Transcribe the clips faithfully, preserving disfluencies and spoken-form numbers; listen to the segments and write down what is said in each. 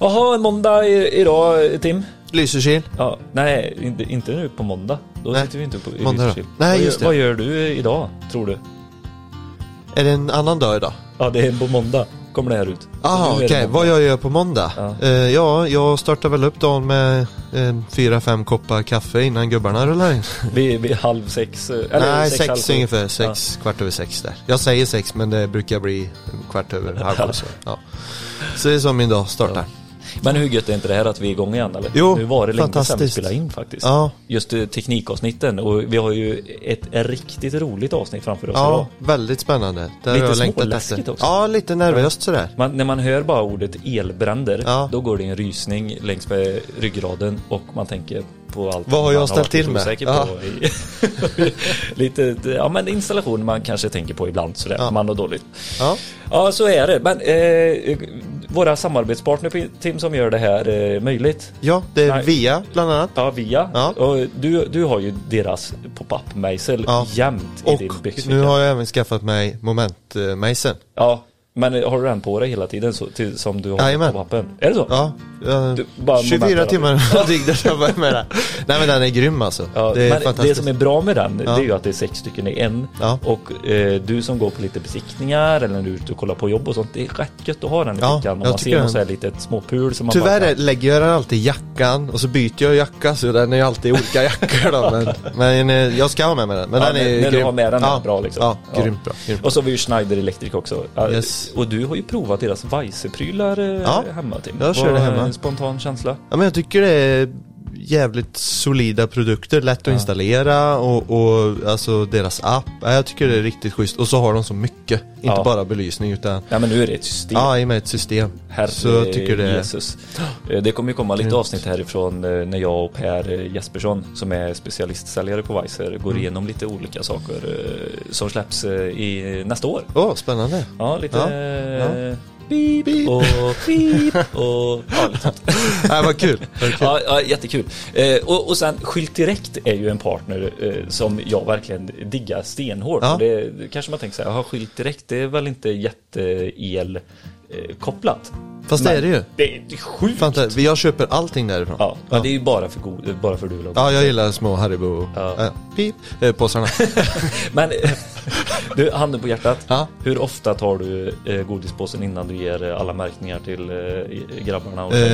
Jaha, en måndag i, idag, Tim. Lysekil. Ja, nej, inte, inte nu på måndag. Då nej. sitter vi inte på i måndag Lysekil. Nej, vad, just det. Vad gör du idag, tror du? Är det en annan dag idag? Ja, det är på måndag. Kommer det här ut. Ah, okej. Okay. Vad jag gör på måndag? Ja, uh, ja jag startar väl upp dagen med uh, fyra, fem koppar kaffe innan gubbarna rullar in. Vid, vid halv sex? Eller nej, sex, sex ungefär. Sex, ja. Kvart över sex där. Jag säger sex, men det brukar bli kvart över halv. Så, ja. Så det är som min dag startar. Ja. Men hur gött är inte det här att vi är igång igen, eller? Jo, nu var det länge sedan vi spelade in faktiskt. Ja. Just teknikavsnitten. Och vi har ju ett, ett riktigt roligt avsnitt framför oss. Ja, idag. Väldigt spännande. Där lite småläskigt också. Ja, lite nervöst sådär. Man, när man hör bara ordet elbränder, ja. Då går det en rysning längs med ryggraden och man tänker på allt. Vad har jag ställt till med? Ja. På i, lite, ja, men installation man kanske tänker på ibland sådär, ja. Man har dåligt. Ja. Ja, så är det. Men eh, våra samarbetspartner, Tim, som gör det här eh, möjligt. Ja, det är Nej. Via bland annat. Ja, Via. Ja. Och du, du har ju deras pop-up-mejsel ja. jämt i och din byxficka. Nu har jag även skaffat mig moment-mejseln. Ja. Men har du den på dig hela tiden så, till, som du har på appen? Är det så? Ja, uh, du, bara tjugofyra timmar dygnet jag var med den. Nej, men den är grym alltså. Ja, det är men fantastiskt. Det som är bra med den, ja. Det är ju att det är sex stycken i en. Ja. Och eh, du som går på lite besiktningar eller när du är ute och kollar på jobb och sånt, det är rätt gött att ha den i fickan. Ja, om man ser något så här litet småpul som man tyvärr bara... lägger jag den alltid i jackan och så byter jag jacka, så den är ju alltid olika jackor då. Men, men jag ska ha med mig den. Men ja, den är när grym. du har med den ja. är bra liksom. Ja, ja. grymt bra. Grymt. Och så har vi ju Schneider Electric också. Yes. Och du har ju provat deras Weisse-prylar ja. hemma, Tim. Jag kör det hemma. En spontan känsla. Ja, men jag tycker det är jävligt solida produkter, lätt att ja. installera och, och alltså deras app. Ja, jag tycker det är riktigt schysst. Och så har de så mycket, inte ja. bara belysning utan... Ja, men nu är det ett system. Ja, i med ett system. Herre så jag tycker det... Jesus. Det kommer ju komma lite avsnitt härifrån när jag och Per Jespersson, som är specialistsäljare på Weisse, går igenom lite olika saker som släpps i nästa år. Åh, oh, spännande. Ja, lite... Ja. Ja. Beep, beep. Och beep och ja, lite sånt. Ja, vad kul. Vad kul. Ja, ja, jättekul. Eh, och, och sen Skylt Direkt är ju en partner eh, som jag verkligen diggar stenhårt. Ja. Och det kanske man tänker så här, ja, Skylt Direkt, det är väl inte jätteel eh, kopplat. Fast det är det ju. Det är sjukt. Fanta, jag köper allting därifrån. Ja, ja. Det är ju bara för god, bara för du. Ja, jag gillar små Haribo ja. äh, pip, äh, påsarna. Men du, handen på hjärtat. Ja. Hur ofta tar du eh, godispåsen innan du ger eh, alla märkningar till eh, grabbarna och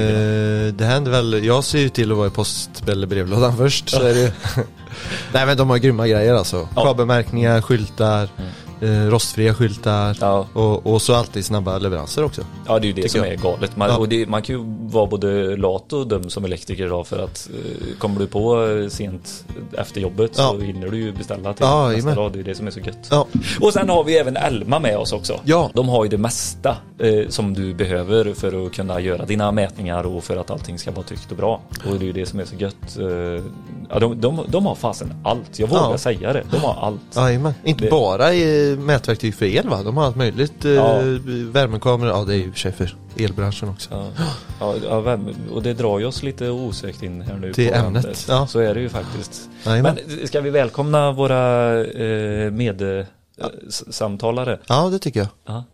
eh, det händer väl, jag ser ju till att vara i post eller brevlådan först, så är det. Nej, men de har grymma grejer alltså. Ja. Kabelmärkningar, skyltar. Mm. Eh, rostfria skyltar ja. och, och så alltid snabba leveranser också. Ja, det är ju det som jag. är galet. Man, ja. och det, man kan ju vara både lat och dum som elektriker idag, för att eh, kommer du på eh, sent efter jobbet ja. så hinner du ju beställa till ja, nästa dag. Det är det som är så gött. Ja. Och sen har vi även Elma med oss också. Ja. De har ju det mesta eh, som du behöver för att kunna göra dina mätningar och för att allting ska vara tryggt och bra. Och det är ju det som är så gött. Eh, ja, de, de, de har fasen allt. Jag vågar ja. säga det. De har allt. Ja, men inte det... bara i mätverktyg för el, va? De har allt möjligt. Ja. Eh, värmekameror, ja, det är ju för sig för elbranschen också. Ja, ja, ja värme, och det drar ju oss lite osökt in här nu. Till på ämnet. Ja. Så är det ju faktiskt. Ja, men ska vi välkomna våra eh, medsamtalare? Ja, det tycker jag. Ja.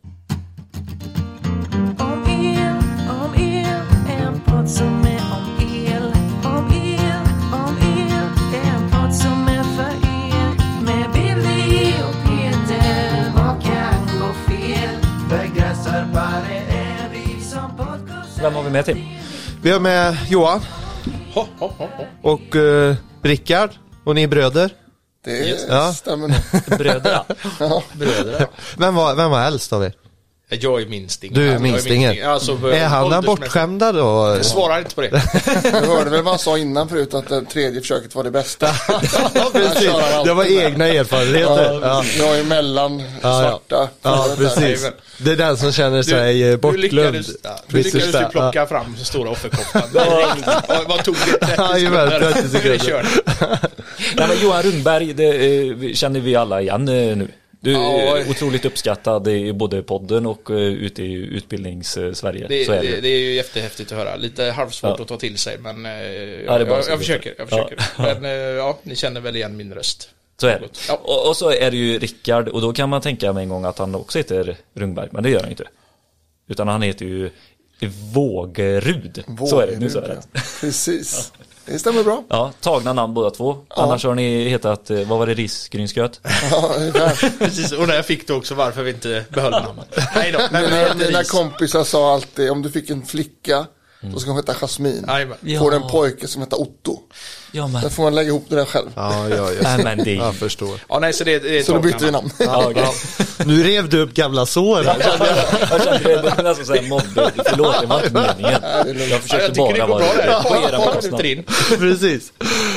Om el, om el, en podd som är om el. Om el, om el, en podd som är för er. Med Billy och Peter, vad kan gå fel? Begränsar bara är vi som podcast. Vem har vi med till? Vi har med Johan. Ho, ho, ho, ho. Och uh, Rickard. Och ni är bröder. Det ja. stämmer nog. Bröderna. Ja, bröderna. Vem var, vem var äldst av er? Jag är minstingen. Du är minstingen. Alltså, är han den bortskämda då? Jag svarar inte på det. Du hörde väl vad han sa innan förut, att det tredje försöket var det bästa. Ja, precis. Det var egna erfarenheter. Ja, jag är mellan svarta. Ja, ja, precis. Det är den som känner sig bortglömd. Du lyckades, du lyckades du plocka fram så stora offerkoppar. Vad tog det? trettio sekunder. Nej, men Johan Rundberg, det känner vi alla igen nu. Du är ja, otroligt uppskattad i både podden och uh, ute i utbildnings-Sverige. Det, så är det, det. det är ju jättehäftigt att höra. Lite halvsvårt ja. att ta till sig, men uh, ja, jag, jag, jag försöker. Jag försöker. Ja. Men uh, ja, ni känner väl igen min röst. Så är det. Ja. Och, och så är det ju Rickard, och då kan man tänka med en gång att han också heter Rundberg, men det gör han inte. Utan han heter ju Vågerud. Vågerud. Så är det, nu så är det. Ja. Precis. Ja. Det stämmer bra. Ja, tagna namn båda två. Ja. Annars har ni hetat, vad var det, risgrynsgröt? Ja, precis. Och när jag fick det också varför vi inte behöll namnet. Nej då. Nej, mina, mina kompisar sa alltid, om du fick en flicka mm. då ska hon heta Jasmin. Ja. Får en pojke som heter Otto. Ja, men... Där får man lägga ihop det där själv. Ja, ja, ja. Nej, men det... Jag förstår. Ja, nej, så det, det är så då byter vi namn. Ja, okay. Nu rev du upp gamla sår. Jag kände det, det nästan såhär mobbig. Förlåt, det var inte meningen. Jag försökte ja, jag bara vara på era kostnad. Precis.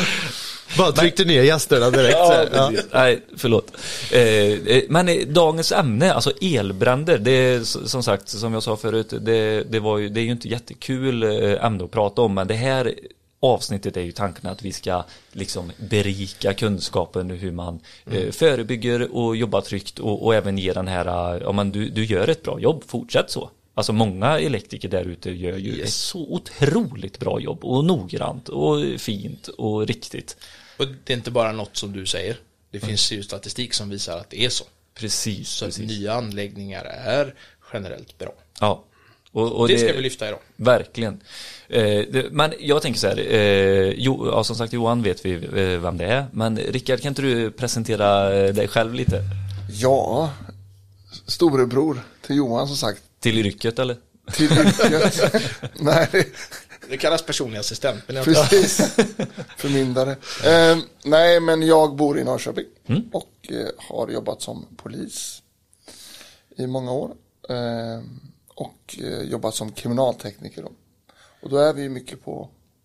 Bara tryckte ner gästerna direkt. Ja, ja. Nej, förlåt. Eh, men dagens ämne, alltså elbränder, det är som sagt, som jag sa förut, det, det, var ju, det är ju inte jättekul ämne att prata om, men det här avsnittet är ju tanken att vi ska liksom berika kunskapen hur man mm. eh, förebygger och jobbar tryggt och, och även ge den här, om man, du, du gör ett bra jobb, fortsätt så. Alltså många elektriker där ute gör ju yes. ett så otroligt bra jobb och noggrant och fint och riktigt. Och det är inte bara något som du säger. Det mm. finns ju statistik som visar att det är så. Precis. Så precis. Att nya anläggningar är generellt bra. Ja. Och, och det, det ska vi lyfta idag. Verkligen. Eh, det, men jag tänker så här, eh, jo, ja, som sagt Johan vet vi eh, vem det är. Men Rickard, kan inte du presentera dig själv lite? Ja, storebror till Johan som sagt. Till yrket eller? Till yrket. Nej, det... det kallas personlig assistent. Men precis, förmyndare. Eh, nej, men jag bor i Norrköping mm. och eh, har jobbat som polis i många år. Eh, och eh, jobbat som kriminaltekniker då. Och då är vi mycket på,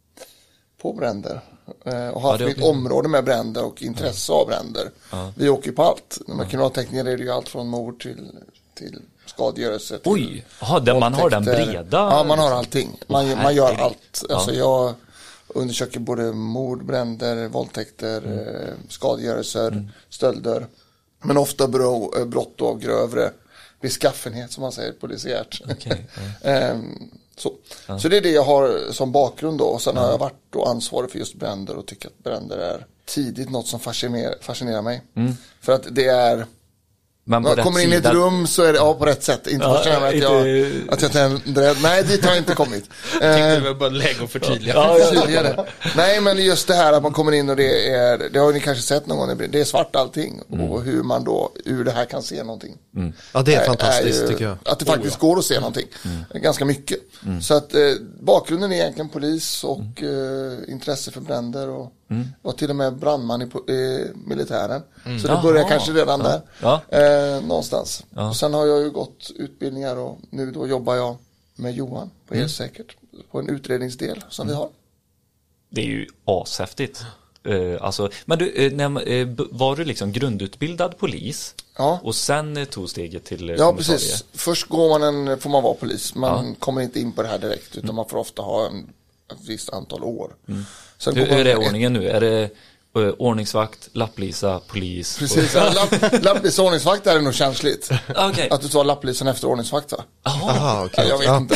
på bränder. Eh, och har haft ja, ett område med bränder och intresse ja. av bränder. Ja. Vi åker på allt. Med ja. kriminaltekniker är det ju allt från mord till, till skadegörelse. Till Oj, aha, där man har den breda. Ja, man har allting. Man, oh, man gör allt. Alltså ja. jag undersöker både mord, bränder, våldtäkter, mm. eh, skadegörelser, mm. stölder. Men ofta bro, brott och grövre beskaffenhet som man säger polisiärt. Okay, yeah. um, så. Ja. så det är det jag har som bakgrund då. Och sen ja. har jag varit då ansvarig för just bränder och tycker att bränder är tidigt något som fascinerar, fascinerar mig. Mm. För att det är man när jag kommer in i ett rum så är det ja, på rätt sätt. Inte ja, fascinerar mig att jag, att jag tänder. Nej, dit har jag inte kommit. Jag tänkte väl bara lägga och förtydliga. Ja, ja, förtydliga det. Nej, men just det här att man kommer in och det är, det har ni kanske sett någon gång, det är svart allting. Mm. Och hur man då, ur det här kan se någonting. Mm. Ja, det är, är fantastiskt är ju, tycker jag. Att det faktiskt oh, ja. går att se någonting. Mm. Ganska mycket. Mm. Så att eh, bakgrunden är egentligen polis och mm. eh, intresse för bränder och Mm. var till och med brandman i, i militären. Mm. Så det börjar Aha. kanske redan där. Ja. Eh, någonstans. Ja. Och sen har jag ju gått utbildningar och nu då jobbar jag med Johan på mm. Elsäkert. På en utredningsdel som mm. vi har. Det är ju ashäftigt. Uh, alltså, men du, uh, när, uh, var du liksom grundutbildad polis? Ja. Och sen uh, tog steget till uh, Ja, precis. Först går man en, får man vara polis. Man ja. kommer inte in på det här direkt utan mm. man får ofta ha en, ett visst antal år. Mm. Sen hur, hur är ordningen nu? Är det uh, ordningsvakt, lapplisa, polis? Precis, och... lapp, lapplisa ordningsvakt är nog känsligt. Okay. Att du tar lapplisen efter ordningsvakt va? Aha, okay. Ja, jag vet ja. inte.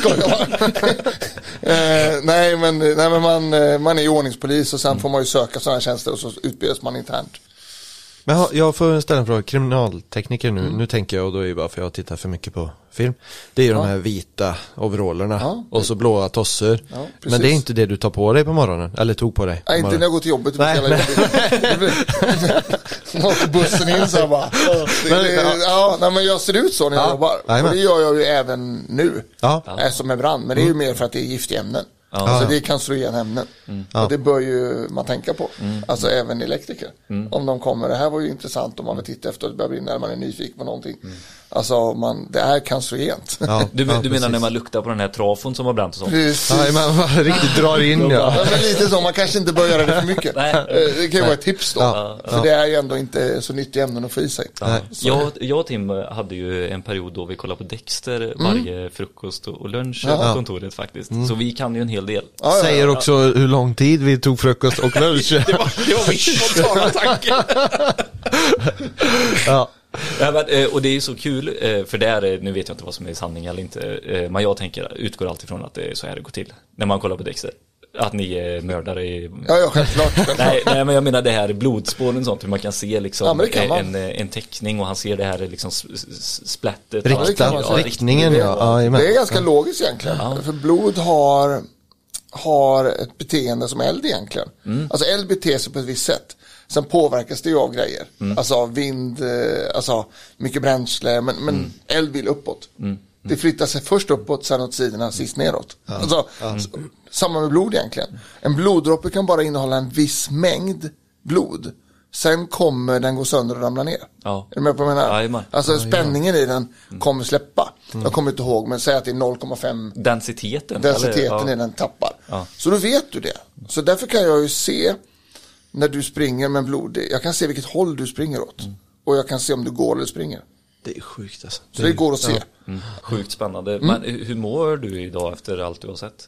uh, nej, men, nej, men man, man är ju ordningspolis och sen mm. får man ju söka sådana tjänster och så utbildas man internt. Men jag får ställa en fråga, kriminaltekniker nu, mm. nu tänker jag, och då är det bara för jag tittar för mycket på film. Det är ju ja. de här vita overallerna ja, och så blåa tossor. Ja, men det är inte det du tar på dig på morgonen, eller tog på dig? Nej, inte när jag går till jobbet. Nej, något i bussen in så bara. Men, det, ja. Ja, nej, men jag ser ut så när jag ja. jobbar. Och det gör jag ju även nu, ja. som är brand. Men det är ju mer för att det är giftiga ämnen. Ja. Så det är cancerogena ämnen. Mm. Och det bör ju man tänka på. Mm. Alltså även elektriker. Mm. Om de kommer, det här var ju intressant om man vill titta efter att det börjar brinna när man är nyfiken på någonting. Mm. Alltså man, det är cancerogent. Ja. Du, ja, du menar när man luktar på den här trafon som har bränt och sånt? Precis. Ja, man, man riktigt drar in ja. ja. Men lite så, man kanske inte bör göra det för mycket. Nej. Det kan ju vara ett tips då. Ja. För ja. det är ju ändå inte så nyttiga ämnen att få i sig. Ja. Jag, jag och Tim hade ju en period då vi kollade på Dexter mm. varje frukost och lunch ja. på kontoret faktiskt. Mm. Så vi kan ju en hel del. Ja, ja, säger också ja. hur lång tid vi tog frukost och lunch. det, var, det var min spontana tanke. ja. Ja, men, och det är ju så kul, för där, nu vet jag inte vad som är sanning eller inte, men jag tänker, utgår alltid från att det är så här det går till när man kollar på Dexter. Att ni är mördare i... Ja, ja, självklart. självklart. nej, nej, men jag menar det här blodspåren och sånt, hur man kan se liksom ja, kan en, en teckning och han ser det här liksom splättet. Rikta, ja, riktningen, ja. ja. ja det är ganska logiskt egentligen. Ja. För blod har, har ett beteende som eld egentligen. Mm. Alltså eld beter sig på ett visst sätt. Sen påverkas det ju av grejer. Mm. Alltså av vind, alltså mycket bränsle, men, men mm. eld vill uppåt. Mm. Det flyttar sig först uppåt, sen åt sidorna, sist neråt. Ja. Alltså, ja. Samma med blod egentligen. En bloddroppe kan bara innehålla en viss mängd blod. Sen kommer den gå sönder och ramla ner. Ja. Är du med på vad jag menar? Ja, alltså ja, spänningen ja. i den kommer släppa. Mm. Jag kommer inte ihåg, men säg att det är noll komma fem. Densiteten. Densiteten eller? i den tappar. Ja. Så då vet du det. Så därför kan jag ju se när du springer med blod. Jag kan se vilket håll du springer åt. Mm. Och jag kan se om du går eller springer. Det är sjukt alltså. Så det, det går att se. Ja. Mm. Sjukt spännande. Mm. Men hur mår du idag efter allt du har sett?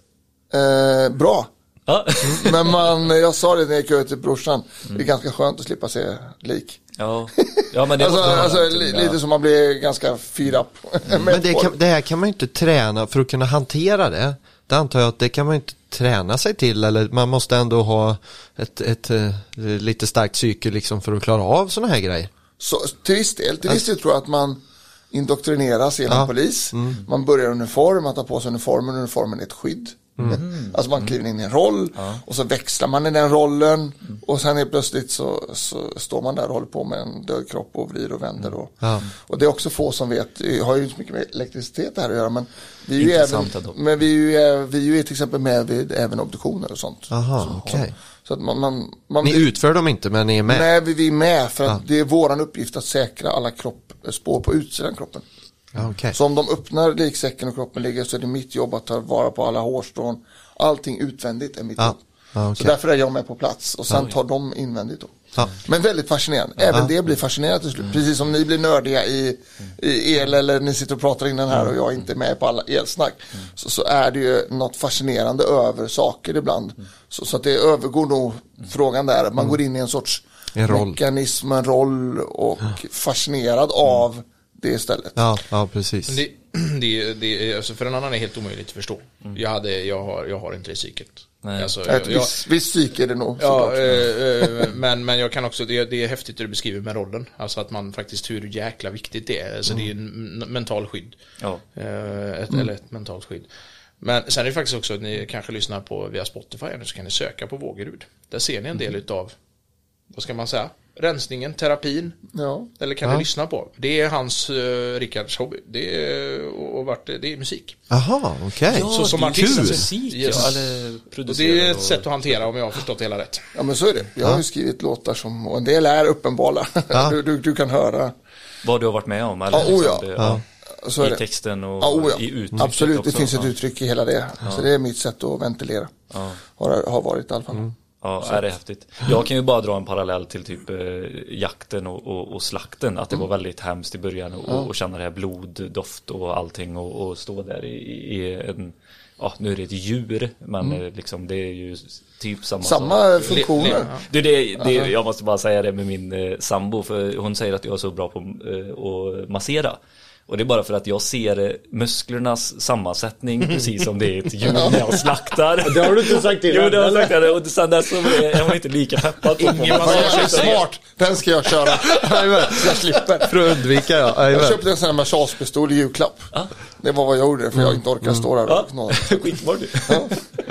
Eh, bra. Ah. Men man, jag sa det när jag gick ut till brorsan. Mm. Det är ganska skönt att slippa se lik. Ja, ja men det alltså, alltså li, ja. lite som man blir ganska fyra på. Mm. Men det, kan, det här kan man ju inte träna för att kunna hantera det. Det antar jag att det kan man inte träna sig till, eller man måste ändå ha ett, ett, ett lite starkt psyke liksom för att klara av såna här grejer. Så till viss del, till viss del tror jag att man indoktrineras genom ja. polis. Mm. Man börjar uniform, man tar på sig uniformen, uniformen är ett skydd. Mm. Alltså man kliver in i en roll ja. och så växlar man i den rollen mm. och sen är plötsligt så, så står man där och håller på med en död kropp och vrider och vänder och, ja. och det är också få som vet, jag har ju inte så mycket med elektricitet här att göra, men vi är ju även, men vi är ju, vi är ju till exempel med vid även obduktioner och sånt. Aha, okej. Okay. Så att man, man, man, ni utför dem inte, men ni är med? Nej, vi är med för att ja. det är våran uppgift att säkra alla kropp, spår på utsidan kroppen. Ja, okay. Så om de öppnar liksäcken och kroppen ligger, så är det mitt jobb att ta vara på alla hårstrån. Allting utvändigt är mitt ja. jobb. Ja, okay. Så därför är jag med på plats. Och sen tar de invändigt då. Ja. Men väldigt fascinerande. Även ja. det blir fascinerande till slut. Mm. Precis som ni blir nördiga i, i el, eller ni sitter och pratar innan här och jag är inte med på alla elsnack. Mm. Så, så är det ju något fascinerande över saker ibland. Mm. Så, så att det övergår nog mm. frågan där. Man mm. går in i en sorts en roll. mekanism, en roll och ja. fascinerad mm. av det istället. Ja, ja precis. Det, det, det, alltså för en annan är det helt omöjligt att förstå. Mm. Jag, hade, jag, har, jag har inte det psyket. Alltså, jag, jag, viss, viss psyk är det nog. Ja, äh, men, men jag kan också, det, det är häftigt hur du beskriver med rollen. Alltså att man faktiskt, hur jäkla viktigt det är. Alltså mm. det är en mental skydd. Ja. Ett, mm. Eller ett mentalt skydd. Men sen är det faktiskt också att ni kanske lyssnar på via Spotify nu, så kan ni söka på Vågerud. Där ser ni en del utav, vad ska man säga, rensningen, terapin. Ja. Eller kan ja. ni lyssna på. Det är hans uh, Rickards hobby. Det är, och, och vart, det är musik. Aha, okej. Okay. Ja, så som artist. Musik, yes. ja, eller och det är ett och... sätt att hantera, om jag har förstått hela rätt. Ja, men så är det. Jag ja. har ju skrivit låtar som, och en del är uppenbara. Ja. du, du, du kan höra. Vad du har varit med om? Eller? Ja, oh ja. Det, ja. Så är I texten och ja, oh ja. i uttrycket absolut, också. Det finns ett uttryck i hela det. Ja. Så det är mitt sätt att ventilera. Ja. Har, har varit i alla fall. Mm. Ja, är det är häftigt. Jag kan ju bara dra en parallell till typ eh, jakten och, och, och slakten. Att det mm. var väldigt hemskt i början och, ja. och känna det här bloddoft och allting och, och stå där i, i en, ja nu är det ett djur, men mm. liksom det är ju typ samma Samma sak. funktioner. Le, le, det, det, det, jag måste bara säga det med min eh, sambo, för hon säger att jag är så bra på eh, att massera. Och det är bara för att jag ser musklernas sammansättning precis som det är ett djur när jag slaktar. Det har du inte sagt till. Jo, det har jag sagt det. Och sen dess så är man inte lika peppad. Ingen massage är smart. Den ska jag köra. Jag slipper. För att undvika, ja. Jag köpte en sån här massagepistol i julklapp. Ah. Det var vad jag gjorde, för jag inte orkar stå där. Ja. Skitmart. Ja.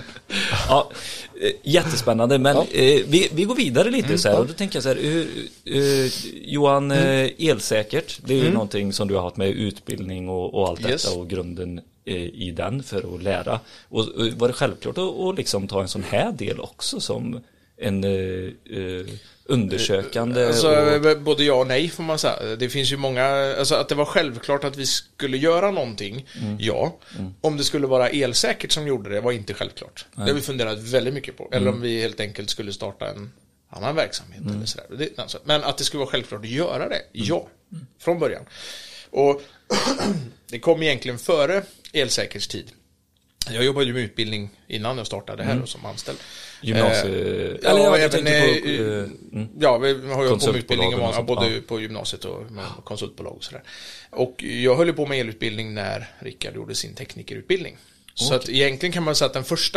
Ja, jättespännande, men ja. eh, vi, vi går vidare lite mm, så här, och då tänker jag så här, uh, uh, Johan, mm. uh, elsäkert, det är ju mm. någonting som du har haft med utbildning och, och allt yes. detta och grunden uh, i den för att lära. Och uh, var det självklart att, att liksom ta en sån här del också som en uh, uh, undersökande? Alltså, och... både ja och nej får man säga. Det finns ju många, alltså att det var självklart att vi skulle göra någonting, mm. ja. Mm. Om det skulle vara elsäkert som gjorde det var inte självklart. Nej. Det har vi funderat väldigt mycket på. Eller mm. om vi helt enkelt skulle starta en annan verksamhet mm. eller sådär. Det, alltså, men att det skulle vara självklart att göra det, ja. Mm. Från början. Och det kom egentligen före elsäkerhetstid. Jag jobbade ju med utbildning innan jag startade här mm. och som anställd. Gymnasie... Eh, ja, ja, även, på, uh, mm. ja, vi har ju på med utbildning och många, både ja. på gymnasiet och med ja. konsultbolag och sådär. Och jag höll på med elutbildning när Rickard gjorde sin teknikerutbildning. Okay. Så att egentligen kan man säga att den första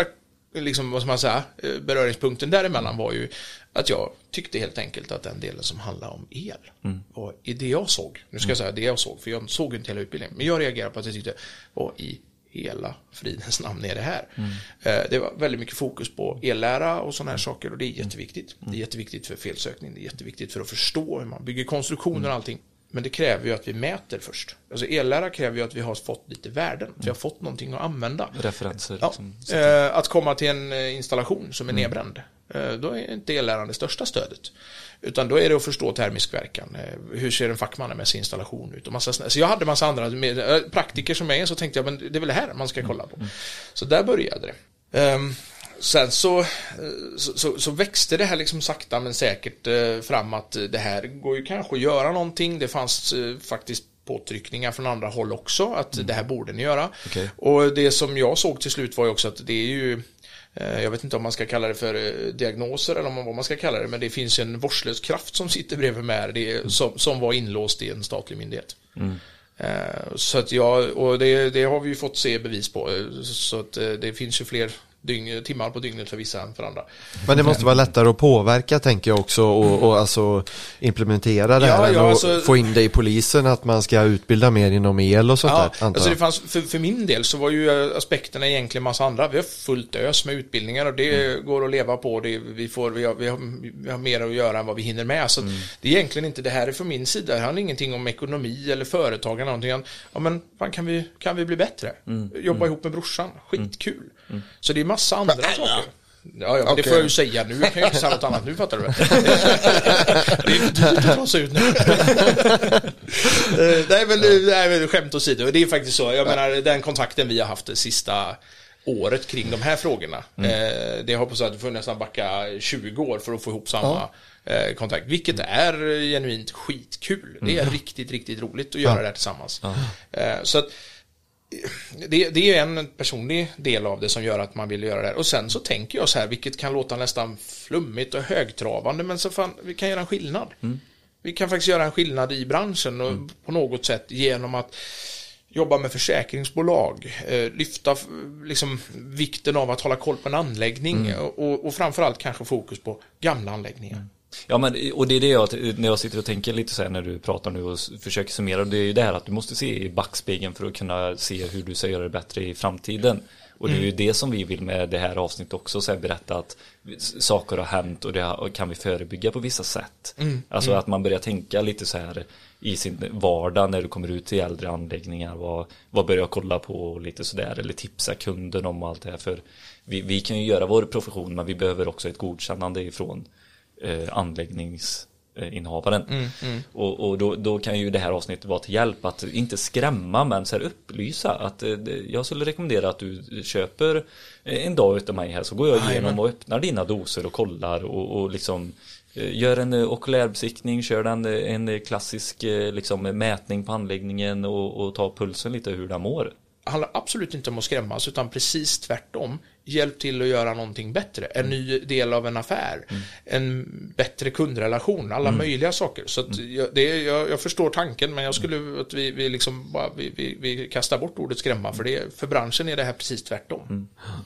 liksom, vad ska man säga, beröringspunkten däremellan var ju att jag tyckte helt enkelt att den delen som handlar om el mm. var i det jag såg. Nu ska jag säga det jag såg, för jag såg inte hela utbildningen. Men jag reagerade på att jag tyckte, vad i hela fridens namn är det här? Mm. Det var väldigt mycket fokus på ellära och sådana här saker, och det är jätteviktigt. Mm. Det är jätteviktigt för felsökning, det är jätteviktigt för att förstå hur man bygger konstruktioner och mm. allting. Men det kräver ju att vi mäter först. Alltså ellära kräver ju att vi har fått lite värden. Att vi har fått någonting att använda. Referenser. Ja. Liksom. Eh, att komma till en installation som är mm. nedbränd. Eh, då är inte elläran det största stödet. Utan då är det att förstå termisk verkan. Eh, hur ser en fackmannamässig installation ut? Och massa, så jag hade massa andra med, eh, praktiker som är, så tänkte jag, men det är väl det här man ska kolla på. Mm. Så där började det. Eh, Sen så, så, så, så växte det här liksom sakta men säkert eh, fram att det här går ju kanske att göra någonting. Det fanns eh, faktiskt påtryckningar från andra håll också att mm. det här borde ni göra. Okay. Och det som jag såg till slut var ju också att det är ju, eh, jag vet inte om man ska kalla det för eh, diagnoser eller om vad man ska kalla det, men det finns en vårdslös kraft som sitter bredvid med det, mm. som, som var inlåst i en statlig myndighet. Mm. Eh, så att jag, och det, det har vi ju fått se bevis på, så att eh, det finns ju fler Dygn, timmar på dygnet för vissa än för andra. Men det måste vara lättare att påverka, tänker jag också, och, och alltså implementera det ja, här ja, och alltså, få in det i polisen, att man ska utbilda mer inom el och sånt ja, där. Alltså det fanns, för, för min del så var ju aspekterna egentligen massa andra. Vi har fullt ös med utbildningar och det mm. går att leva på. Det, vi, får, vi, har, vi, har, vi har mer att göra än vad vi hinner med. Så mm. det är egentligen inte, det här är från min sida. Det handlar ingenting om ekonomi eller företag eller någonting. Ja, men fan, kan, vi, kan vi bli bättre? Mm. Jobba mm. ihop med brorsan. Skitkul. Mm. Så det är massa andra men, saker. Ja, ja, men okay. Det får jag ju säga nu. Jag kan ju inte säga något annat nu, fattar du väl? Det är inte dyrt att ta sig ut nu. Nej, men det är väl skämt åsido. Det är faktiskt så. Jag menar, den kontakten vi har haft det sista året kring de här frågorna. Mm. Eh, det har på så att du får nästan backa tjugo år för att få ihop samma ja. eh, kontakt. Vilket är genuint skitkul. Mm. Det är riktigt, riktigt roligt att göra ja. det här tillsammans. Ja. Eh, så att Det, det är en personlig del av det som gör att man vill göra det här. Och sen så tänker jag så här, vilket kan låta nästan flummigt och högtravande, men så fan, vi kan göra en skillnad. Mm. Vi kan faktiskt göra en skillnad i branschen och mm. på något sätt genom att jobba med försäkringsbolag, eh, lyfta liksom vikten av att hålla koll på en anläggning mm. och, och framförallt kanske fokus på gamla anläggningar. Mm. Ja, men och det är det jag, när jag sitter och tänker lite så här när du pratar nu och försöker summera, det är ju det här att du måste se i backspegeln för att kunna se hur du ska göra det bättre i framtiden. Och det är ju det som vi vill med det här avsnittet också, så här, berätta att saker har hänt och det kan vi förebygga på vissa sätt. Mm. Alltså mm. att man börjar tänka lite så här i sin vardag när du kommer ut till äldre anläggningar, vad, vad börjar jag kolla på och lite sådär, eller tipsa kunden om allt det här. För vi, vi kan ju göra vår profession, men vi behöver också ett godkännande ifrån eh, anläggningsinnehavaren. Mm, mm. Och, och då, då kan ju det här avsnittet vara till hjälp att inte skrämma, men så här upplysa att eh, jag skulle rekommendera att du köper en dag utav mig här, så går jag igenom och öppnar dina doser och kollar och, och liksom gör en okulärbesiktning, kör en, en klassisk liksom, mätning på anläggningen och, och tar pulsen lite hur den mår. Det handlar absolut inte om att skrämmas, utan precis tvärtom. Hjälp till att göra någonting bättre. En mm. ny del av en affär. Mm. En bättre kundrelation. Alla mm. möjliga saker. Så att jag, det, jag, jag förstår tanken, men jag skulle att vi, vi, liksom bara, vi, vi, vi kastar bort ordet skrämma. För, det, för branschen är det här precis tvärtom. Mm.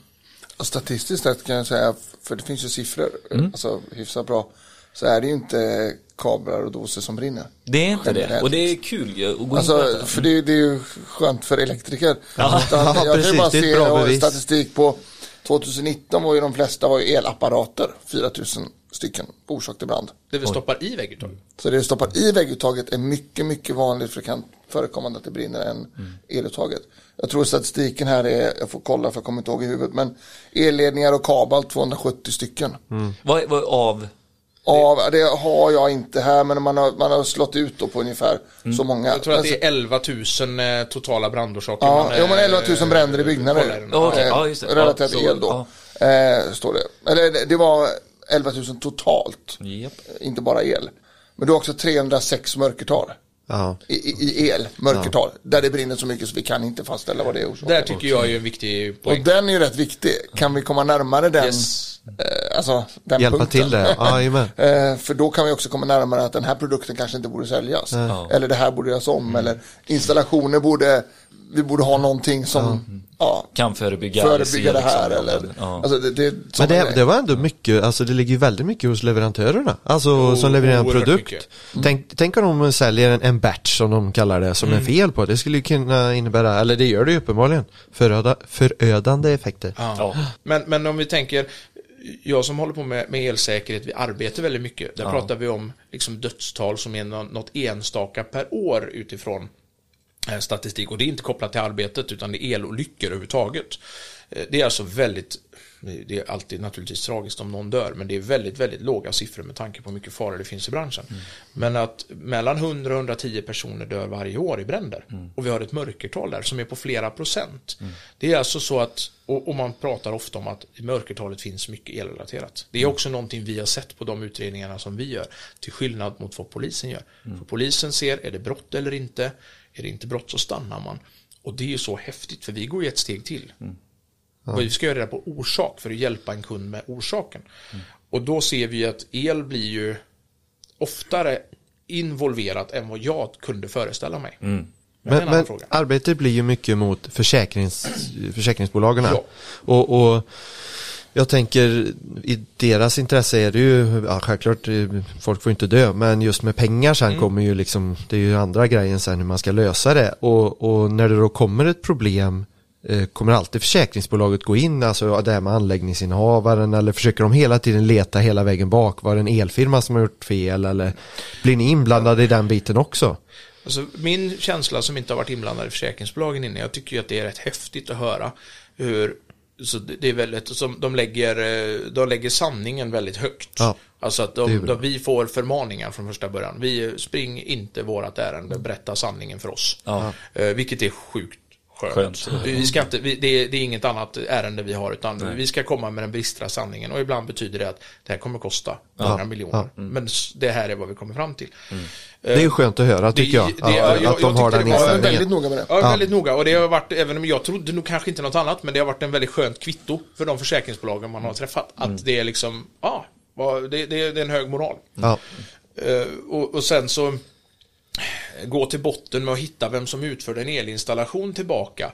Och statistiskt sett kan jag säga, för det finns ju siffror, mm. alltså hyfsat bra, så är det ju inte kablar och doser som brinner. Det är inte generellt. Det. Och det är kul att gå alltså, in på för det, det är ju skönt för elektriker. Ja, Utan, ja, jag kan ju bara se och statistik på tjugonitton var ju de flesta var ju elapparater, fyra tusen stycken på orsak till brand. Det vi stoppar i vägguttaget. Så det vi stoppar i vägguttaget är mycket, mycket vanligt frekvent förekommande att det brinner än mm. eluttaget. Jag tror statistiken här är, jag får kolla för jag kommer inte ihåg i huvudet, men elledningar och kabel tvåhundrasjuttio stycken. Mm. Vad, vad av? Av, det har jag inte här, men man har, man har slått ut då på ungefär mm. så många. Jag tror att det är elva tusen eh, totala brandorsaker. Ja, man, ja men elva tusen bränder i byggnader. Ja, okay. ja, just det. Relaterat ja, el då. Ja. Eh, står det. Eller det, det var elva tusen totalt. Yep. Inte bara el. Men det är också trehundrasex mörkertal. Ja. I, i el, mörkertal. Ja. Där det brinner så mycket så vi kan inte fastställa vad det är orsaken. Där tycker jag är en viktig poäng. Och den är ju rätt viktig. Kan vi komma närmare den? Yes. eh, alltså den Hjälpa punkten. till det, ja, amen. eh, för då kan vi också komma närmare att den här produkten kanske inte borde säljas. Ja. Eller det här borde göras om. Mm. Eller installationer borde, vi borde ha någonting som ja. Ja, kan förebygga, förebygga det här. Liksom, eller, ja. alltså det, det, Men det, det var ändå mycket, alltså det ligger ju väldigt mycket hos leverantörerna. Alltså oh, som levererar en produkt. Mm. Tänk, tänk om de säljer en, en batch som de kallar det, som mm. är fel på. Det skulle ju kunna innebära, eller det gör det ju uppenbarligen, föröda, förödande effekter. Ja. Ja. Men, men om vi tänker, jag som håller på med, med elsäkerhet, vi arbetar väldigt mycket. Där ja. pratar vi om liksom dödstal som är något enstaka per år utifrån statistik, och det är inte kopplat till arbetet utan det är elolyckor överhuvudtaget. Det är alltså väldigt, det är alltid naturligtvis tragiskt om någon dör, men det är väldigt, väldigt låga siffror med tanke på hur mycket faror det finns i branschen. Mm. Men att mellan hundra och hundratio personer dör varje år i bränder, mm. och vi har ett mörkertal där som är på flera procent. Mm. Det är alltså så att, och, och man pratar ofta om att i mörkertalet finns mycket elrelaterat. Det är också någonting vi har sett på de utredningarna som vi gör, till skillnad mot vad polisen gör. Mm. För polisen ser, är det brott eller inte? Är det inte brott så stannar man. Och det är ju så häftigt, för vi går ju ett steg till. Mm. Ja. Och vi ska göra det på orsak för att hjälpa en kund med orsaken. Mm. Och då ser vi att el blir ju oftare involverat än vad jag kunde föreställa mig. Mm. Men, men arbetet blir ju mycket mot försäkrings, försäkringsbolagen. Ja. Och, och jag tänker, i deras intresse är det ju, ja, självklart, folk får inte dö, men just med pengar sen mm. kommer ju liksom, det är ju andra grejen sen hur man ska lösa det. Och, och när det då kommer ett problem, eh, kommer alltid försäkringsbolaget gå in, alltså det här med anläggningsinnehavaren, eller försöker de hela tiden leta hela vägen bak, var det en elfirma som har gjort fel, eller blir ni inblandade i den biten också? Alltså, min känsla som inte har varit inblandad i försäkringsbolagen innan, jag tycker ju att det är rätt häftigt att höra hur, så det är väldigt, som de lägger, de lägger sanningen väldigt högt. Ja, alltså att de, de, vi får förmaningar från första början. Vi spring inte vårat ärende, berätta sanningen för oss. Ja. Eh, vilket är sjukt skönt. skönt. Vi ska inte, vi, det, är, det är inget annat ärende vi har, utan Nej. vi ska komma med den bistra sanningen. Och ibland betyder det att det här kommer kosta några ja. miljoner. Ja. Mm. Men det här är vad vi kommer fram till. Mm. Det är ju skönt att höra, tycker jag. Det, det, ja, jag att de har den inställningen. Väldigt noga med det. Ja, väldigt ja. noga. Och det har varit, även om jag trodde nog kanske inte något annat, men det har varit en väldigt skönt kvitto för de försäkringsbolagen man har träffat. Att mm. det är liksom, ja, det, det, det är en hög moral. Ja. Uh, och, och sen så gå till botten med att hitta vem som utförde en elinstallation tillbaka.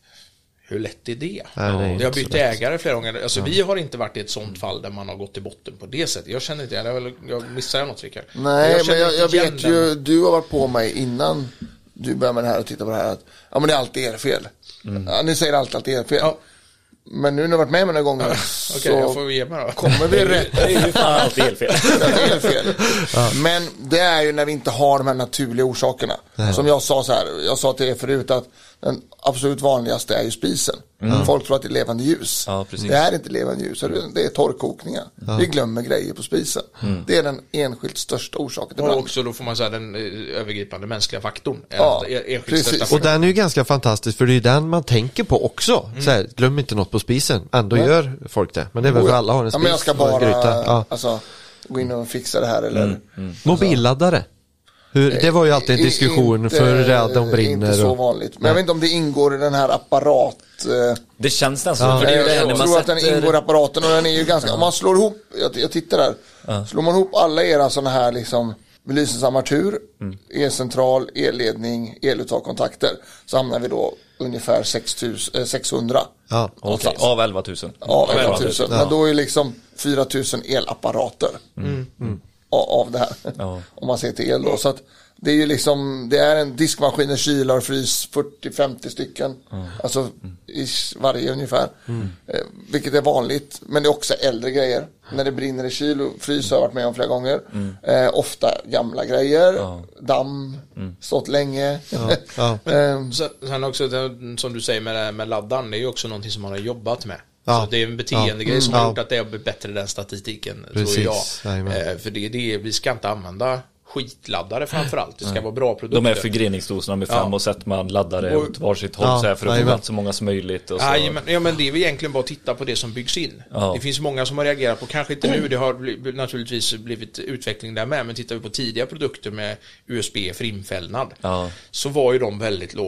Hur lätt är det? Ja, det, är det har bytt ägare flera gånger. Alltså, ja. Vi har inte varit i ett sånt fall där man har gått till botten på det sättet. Jag känner inte, jag, jag missar något, Rickard. Nej, jag men jag, jag vet den. ju, du har varit på mig innan du började med det här och titta på det här. Att, ja, men det är alltid er fel. Mm. Ja, ni säger alltid att det är er fel. Ja. Men nu när jag varit med mig några gånger, ja, så okay, jag får ge mig då. Kommer vi rätt. Det är ju fan alltid helt fel. Det är fel. Ja. Men det är ju när vi inte har de här naturliga orsakerna. Ja. Som jag sa så här, jag sa till er förut att den absolut vanligaste är ju spisen. Mm. Folk tror att det är levande ljus. Ja, det är inte levande ljus, det är torrkokningar. Ja. Vi glömmer grejer på spisen. Mm. Det är den enskilt största orsaken till brand. Och också då får man säga den övergripande mänskliga faktorn. Ja, precis. Och den är ju ganska fantastisk, för det är den man tänker på också. Mm. Så här, glöm inte något på spisen. Ändå Nej. gör folk det. Men det är väl för alla har en spis. Ja, men jag ska bara ja. alltså, gå in och fixa det här. Eller, mm. Mm. Mobilladdare. Hur, det var ju alltid en diskussion inte, för att de brinner. Inte så vanligt. Men nej. Jag vet inte om det ingår i den här apparat. Det känns nästan ja. så. Jag, jag, jag tror sätter... att den ingår i apparaten, och den är ju ganska, ja. om man slår ihop, jag, jag tittar där, ja. slår man ihop alla era sådana här liksom belysningsarmatur, mm. elcentral, elledning, eluttagkontakter, så hamnar vi då ungefär sex tusen, sexhundra. Ja. Okay. Av elva tusen. Av elva tusen. Ja. Men då är liksom fyra tusen elapparater. Mm. Mm. av det här. Ja. Om man ser till el då. Så att det är ju liksom, det är en diskmaskin, kylar, frys, fyrtio till femtio stycken. Mm. Alltså mm. i varje ungefär. Mm. Eh, vilket är vanligt. Men det är också äldre grejer. Mm. När det brinner i kyl och frys har jag varit med om flera gånger. Mm. Eh, ofta gamla grejer. Ja. Damm, mm. stått länge. Ja. Ja. Men, sen också, som du säger med, med laddaren, det är ju också någonting som man har jobbat med. Ja. Så det är en beteendegrej ja. som har gjort att det har blivit bättre den statistiken. Precis. Tror jag. Eh, för det, det, vi ska inte använda skitladdare framförallt. Det ska Nej. vara bra produkter. De är förgreningsdoserna med fem ja. och sätter man laddare och, åt varsitt håll ja. så här för att få med så många som möjligt. Och så. Ja, men, ja, men det är väl egentligen bara att titta på det som byggs in. Ja. Det finns många som har reagerat på, kanske inte nu, det har bli, naturligtvis blivit utveckling där med, men tittar vi på tidiga produkter med U S B för infällnad ja. så var ju de väldigt låga.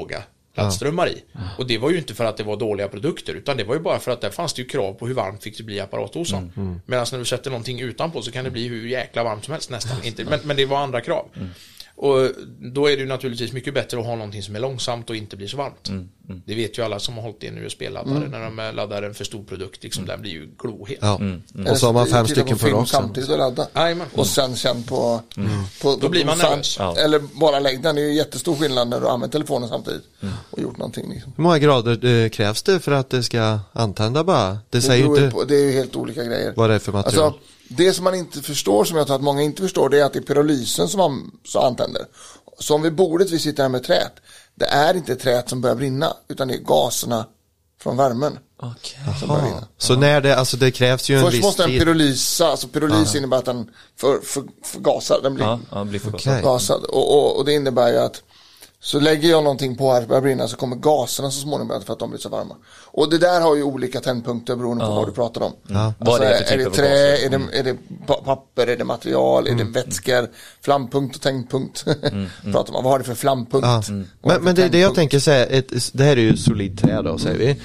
laddströmmar i. Och det var ju inte för att det var dåliga produkter, utan det var ju bara för att där fanns det ju krav på hur varmt fick det bli i apparatdosan. Mm. Mm. Medan när du sätter någonting utanpå så kan det bli hur jäkla varmt som helst nästan. Inte, men, men det var andra krav. Mm. Och då är det ju naturligtvis mycket bättre att ha någonting som är långsamt och inte blir så varmt. Mm, mm. Det vet ju alla som har hållit i en U S B-laddare mm. när de laddar en för stor produkt, liksom, den blir ju glohet. Ja. Mm, mm. Och så har man fem stycken på raken samtidigt och ladda. Mm. Och sen känn på, mm. på, på då blir man nervös. Ja. Eller bara lägg den, det är ju jättestor skillnad när du använder telefonen samtidigt mm. och gjort någonting. Liksom. Hur många grader det krävs det för att det ska antända bara? Det, det säger inte på, det är ju helt olika grejer. Vad det är för material. Alltså, det som man inte förstår, som jag tror att många inte förstår, det är att det är pyrolysen som man så antänder. Så om vid bordet vi sitter här med trät, det är inte trät som börjar brinna, utan det är gaserna från värmen okay. som börjar brinna. Så när det, alltså det krävs ju en Först viss måste den tid. pyrolysa, alltså pyrolys innebär att den för, för, förgasar, den blir, ja, ja, blir förgasad. Okay. Gasad. Och, och, och det innebär ju att så lägger jag någonting på här och börjar brinna, så kommer gaserna så småningom för att de blir så varma. Och det där har ju olika tändpunkter beroende på ja. vad du pratar om. Ja. Alltså, Vad är det för är typ det av trä, gaser? är det, är det papper, är det material, mm. är det vätskor, flampunkt och tändpunkt. Mm. Mm. Pratar man, vad har det för flampunkt? Ja. Mm. Men, men det, det jag tänker säga, ett, det här är ju solid trä då, säger vi.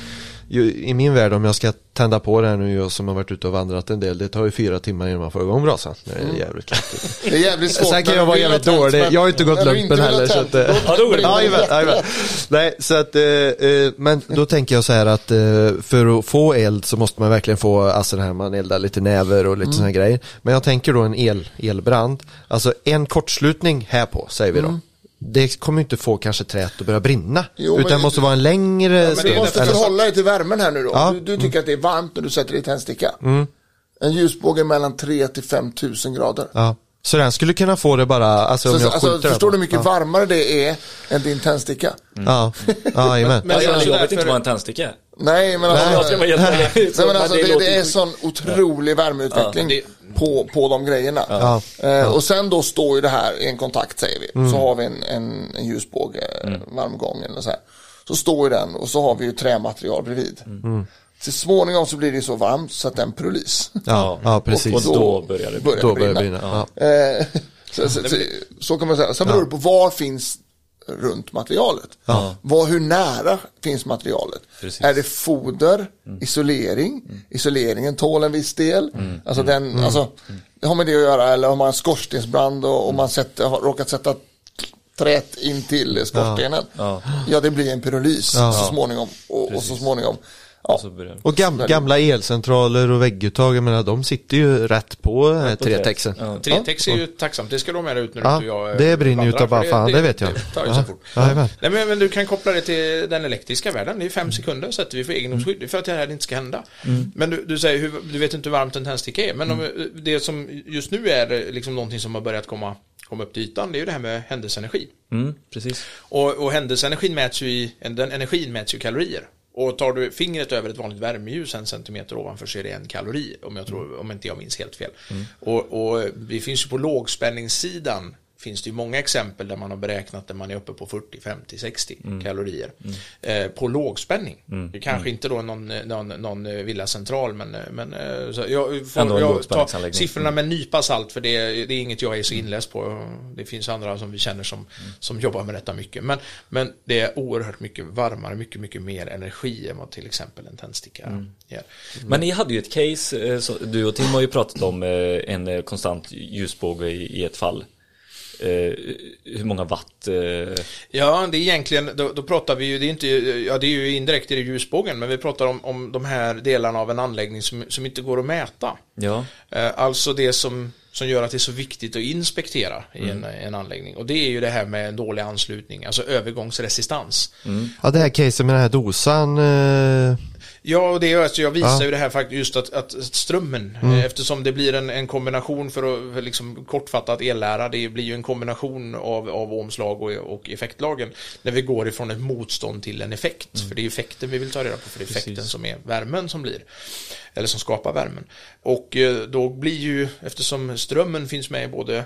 I min värld, om jag ska tända på det här nu, jag som har varit ute och vandrat en del, det tar ju fyra timmar innan man får igång brasan. Det är jävligt kraftigt. Det är jävligt svårt. Sen kan jag vara jävligt dålig. Jag har inte gått lumpen heller. Så att, ja, då ja, ja, ja, nej, så att, eh, men då tänker jag så här att eh, för att få eld så måste man verkligen få, alltså det här, man eldar lite näver och lite mm. såna grejer. Men jag tänker då en el, elbrand, alltså en kortslutning här på, säger vi då. Mm. Det kommer inte få kanske träet att börja brinna. Jo, utan det måste vara en längre... Ja, men du måste förhålla dig till värmen här nu då. Ja. Du, du tycker mm. att det är varmt när du sätter det i tändsticka. Mm. En ljusbåge mellan tre till fem tusen grader. Ja. Så den skulle kunna få det bara... Alltså, så, om jag alltså, förstår du hur mycket ja. varmare det är än din tändsticka? Mm. Ja, ja, men, men alltså, jag vet inte vad en tändsticka är. Nej, men alltså, nej, jag ska vara nej, nej, men alltså det, det, det är sån otrolig ja. värmeutveckling ja, det... på, på de grejerna. Ja. Eh, ja. Och sen då står ju det här i en kontakt, säger vi. Mm. Så har vi en, en, en ljusbåge, mm. varmgång eller så här. Så står ju den och så har vi ju trämaterial bredvid. Mm. Så småningom så blir det så varmt så att den pyrolys. Ja, ja precis. Och, och då börjar det börjar då börjar det brinna. Ja. Eh, så, så, så, så kan man säga. Sen beror det på var finns runt materialet. Ja. Var, hur nära finns materialet? Precis. Är det foder, mm. isolering? Mm. Isoleringen tål en viss del. Mm. Alltså den, mm. alltså, det har med det att göra. Eller om man har skorstensbrand och, och man sätter, har råkat sätta trätt in till skorstenen. Ja. Ja. ja, det blir en pyrolys ja. så småningom. Och, och så småningom. Ja. Och gam, gamla elcentraler och vägguttag, jag menar, de sitter ju rätt på rätt tre texten. Ja. tre tex är ju tacksamt, det ska de med ut när ja, du och jag det brinner ju utav bara fan, det, det, det vet jag. Det tar ju ja. så fort. Ja, ja. Nej, men, men du kan koppla det till den elektriska världen, det är fem sekunder sätter vi för egendomsskydd, mm. för att det här inte ska hända. Mm. Men du, du säger, hur, du vet inte hur varmt en tändsticka är, men mm. om, det som just nu är liksom någonting som har börjat komma komma upp till ytan, det är ju det här med händelseenergi. Mm, precis. Och, och händelseenergin mäts ju i, den energin mäts ju i kalorier. Och tar du fingret över ett vanligt värmeljus en centimeter ovanför så är det en kalori, om jag tror, om inte jag minns helt fel. Mm. Och, och det finns ju på lågspänningssidan finns det ju många exempel där man har beräknat att man är uppe på fyrtio, femtio, sextio mm. kalorier mm. Eh, på lågspänning. Mm. Det kanske mm. inte då någon, någon, någon villacentral, men, men så jag får jag ta siffrorna med en nypa salt, för det, det är inget jag är så inläst på. Det finns andra som vi känner som, mm. som jobbar med detta mycket. Men, men det är oerhört mycket varmare, mycket, mycket mer energi än vad till exempel en tändsticka mm. ger. Mm. Men ni hade ju ett case, så du och Tim har ju pratat om en konstant ljusbåge i, i ett fall. Uh, hur många watt? Uh... Ja, det är egentligen, då, då pratar vi ju, det är inte, ja, det är ju indirekt i det ljusbågen, men vi pratar om, om de här delarna av en anläggning som, som inte går att mäta. Ja. Uh, alltså det som, som gör att det är så viktigt att inspektera i en, mm. en anläggning. Och det är ju det här med en dålig anslutning, alltså övergångsresistans. Mm. Ja, det här caset med den här dosan... Uh... Ja, och det är, alltså, jag visar ja. ju det här faktiskt just att, att strömmen, mm. eftersom det blir en, en kombination för att för liksom kortfattat ellära, det blir ju en kombination av, av omslag och, och effektlagen när vi går ifrån ett motstånd till en effekt. Mm. För det är effekten vi vill ta reda på, för det är effekten Precis. som är värmen som blir, eller som skapar värmen. Och då blir ju, eftersom strömmen finns med i både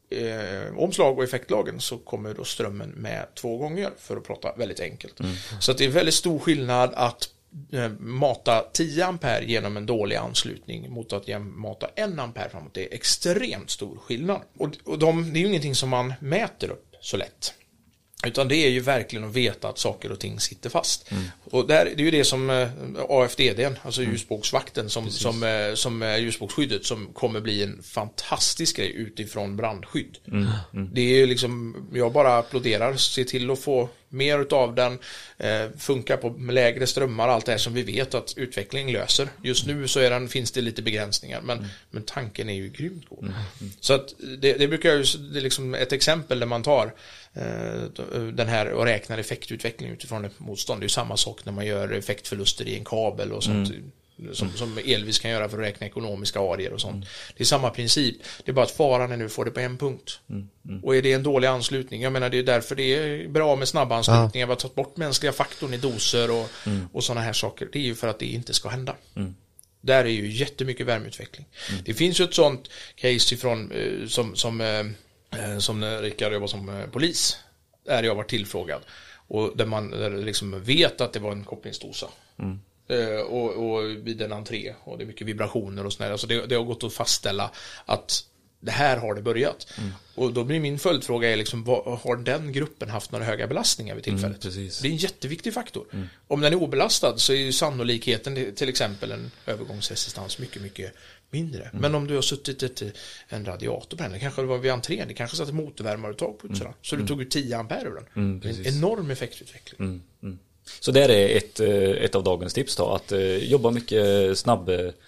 Eh, omslag och effektlagen, så kommer då strömmen med två gånger, för att prata väldigt enkelt. Mm. Så att det är väldigt stor skillnad att eh, mata tio ampere genom en dålig anslutning mot att mata en ampere framåt. Det är extremt stor skillnad. Och, och de, det är ju ingenting som man mäter upp så lätt. Utan det är ju verkligen att veta att saker och ting sitter fast. Mm. Och där, det är ju det som eh, A F D D, alltså mm. ljusbågsvakten som, som, eh, som är ljusbågsskyddet, som kommer bli en fantastisk grej utifrån brandskydd. Mm. Mm. Det är ju liksom, jag bara applåderar, se till att få mer utav den, eh, funkar på lägre strömmar, allt det här som vi vet att utveckling löser. Just nu så är den, finns det lite begränsningar, men, mm. men tanken är ju grymt god. Mm. Så att det, det brukar ju, det är liksom ett exempel där man tar den här och räknar effektutveckling utifrån ett motstånd. Det är ju samma sak när man gör effektförluster i en kabel och sånt mm. som, som Elvis kan göra för att räkna ekonomiska arier och sånt. Mm. Det är samma princip. Det är bara att faran är nu får det på en punkt. Mm. Mm. Och är det en dålig anslutning, jag menar det är därför det är bra med snabba anslutningar. Vi har tagit bort mänskliga faktorn i doser och, mm. och sådana här saker. Det är ju för att det inte ska hända. Mm. Där är ju jättemycket värmeutveckling. Mm. Det finns ju ett sånt case ifrån eh, som, som eh, som när Rickard jobbar som polis, där jag var tillfrågad och där man där liksom vet att det var en kopplingsdosa mm. eh, och, och vid en entré och det är mycket vibrationer och sådär, alltså det, det har gått att fastställa att det här har det börjat. Mm. Och då blir min följdfråga är liksom, vad, har den gruppen haft några höga belastningar vid tillfället? Mm, det är en jätteviktig faktor. Mm. Om den är obelastad så är ju sannolikheten till exempel en övergångsresistans mycket, mycket mindre. Mm. Men om du har suttit ett, en radiator på den, kanske det var vid entrén, det kanske satt ett motorvärmaruttag på utsidan. Mm. Så du tog ut tio ampere ur den. Mm, en enorm effektutveckling. Mm. Mm. Så där är ett, ett av dagens tips då, att uh, jobba mycket snabb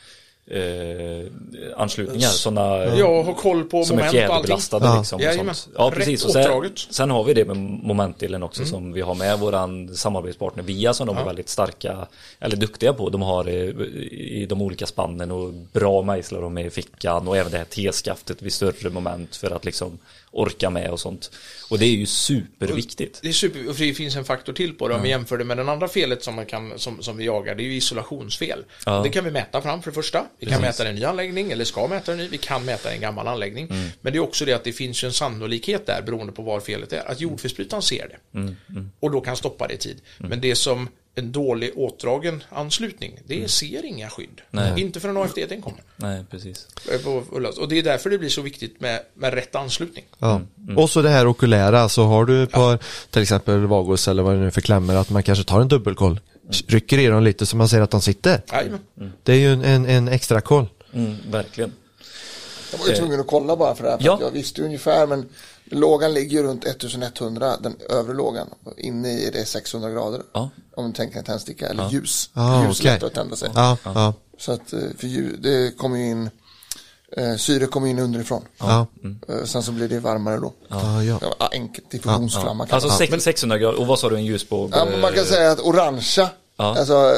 Eh, anslutningar såna, ja, ha koll på som moment är fjäderbelastade ja. liksom, ja, ja, precis. Och sen, sen har vi det med momentdelen också mm. som vi har med våran samarbetspartner Via som de ja. är väldigt starka eller duktiga på. De har i de olika spannen och bra mejslar de med i fickan och även det här T-skaftet vid större moment för att liksom orka med och sånt. Och det är ju superviktigt. Det är super, och det finns en faktor till på det. Om mm. vi jämför det med den andra felet som, man kan, som, som vi jagar, det är ju isolationsfel. Ja. Det kan vi mäta fram för det första. Vi kan Precis. mäta en ny anläggning, eller ska mäta en ny. Vi kan mäta en gammal anläggning. Mm. Men det är också det att det finns en sannolikhet där, beroende på var felet är, att jordfelsbrytaren ser det. Mm. Mm. Och då kan stoppa det i tid. Mm. Men det som en dålig åtdragen anslutning, det mm. ser inga skydd. Nej. Inte för en A F D-den kommer. Nej, precis. Och det är därför det blir så viktigt med, med rätt anslutning. Ja. Mm. Och så det här okulära, så har du ett par, ja. till exempel Vagos eller vad det nu är för klämmer, att man kanske tar en dubbelkoll. Mm. Rycker i dem lite så man ser att de sitter. Mm. Det är ju en, en, en extra koll. Mm, verkligen. Jag var ju tvungen att kolla bara för det här, för ja. jag visste ungefär, men lågan ligger runt elva den övre lågan. Inne i det är sexhundra grader. Ja. Om du tänker en tändsticka eller ja. ljus. Ah, ljus är okay. lätt att tända sig. Ja. Ja. Så att för ljus, det kommer in eh, syre kommer in underifrån. Ja. Mm. Sen så blir det varmare då. Ja, ja. Ja, enkelt diffusionsflamma. Ja. Alltså ja. sexhundra grader, och vad sa du en ljusbåg? Ja, man kan säga att orangea, ja. alltså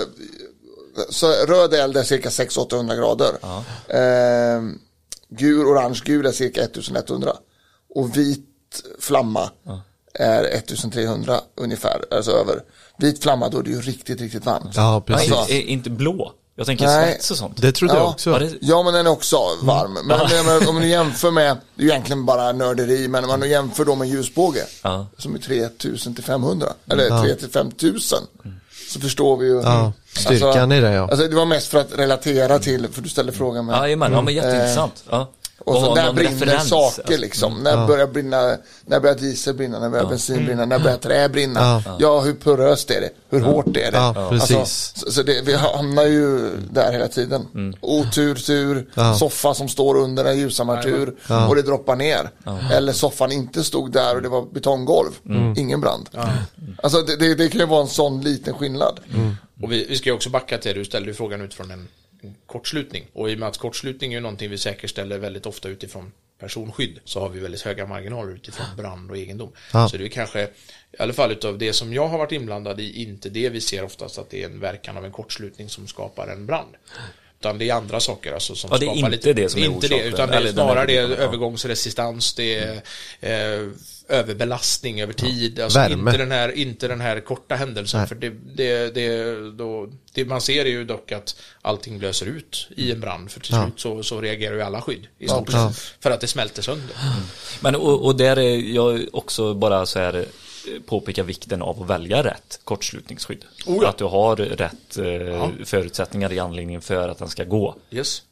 så röd eld är cirka sex till åttahundra grader. Ja. Eh, gul, orange, gul är cirka elva hundra. Och vit flamma ja. är ettusentrehundra ungefär, alltså över. Vit flamma, då är det ju riktigt, riktigt varmt. Ja, precis. Alltså, är inte blå. Jag tänker svets och sånt. Det trodde ja. jag också. Ja, det... ja, men den är också varm. Mm. Men, men om du jämför med, det är ju egentligen bara nörderi, men om du jämför då med ljusbåge, ja. som är tre tusen till femhundra, eller ja. tre till fem tusen, mm. så förstår vi ju. Ja. Styrkan alltså, i det, ja. Alltså, det var mest för att relatera till, för du ställde frågan med. Ja, men, ja, men jätteintressant. Ja. Och så när brinner referens, saker liksom. Mm. När ja. börjar brinna, när börjar diesel brinna, när börjar ja. bensin brinna, när börjar trä brinna. Ja, ja hur poröst är det? Hur ja. hårt är det? Ja, precis. Alltså, så, så det, vi hamnar ju där hela tiden. Mm. Otur, tur, ja. soffa som står under en ljusarmatur ja. och det droppar ner. Ja. Eller soffan inte stod där och det var betonggolv. Mm. Ingen brand. Ja. Alltså det, det, det kan ju vara en sån liten skillnad. Mm. Och vi, vi ska ju också backa till det. Du ställde ju frågan utifrån en kortslutning, och i och med att kortslutning är någonting vi säkerställer väldigt ofta utifrån personskydd, så har vi väldigt höga marginaler utifrån brand och egendom. Ja. Så det är kanske, i alla fall utav det som jag har varit inblandad i, inte det vi ser oftast, att det är en verkan av en kortslutning som skapar en brand. Utan det är andra saker alltså, som ja, det är skapar inte lite, det som är inte orsaken, det, utan det är snarare det är övergångsresistans, det är eh, överbelastning över tid, alltså inte den här inte den här korta händelsen. Nej. För det, det, det, då, det man ser är ju dock att allting blöser ut i en brand, för till ja. slut så, så reagerar ju alla skydd i stort ja. för att det smälter sönder. Mm. Men och, och där är jag också bara så här påpeka vikten av att välja rätt kortslutningsskydd. Oh ja. Att du har rätt eh, ja. förutsättningar i anläggningen för att den ska gå. Yes.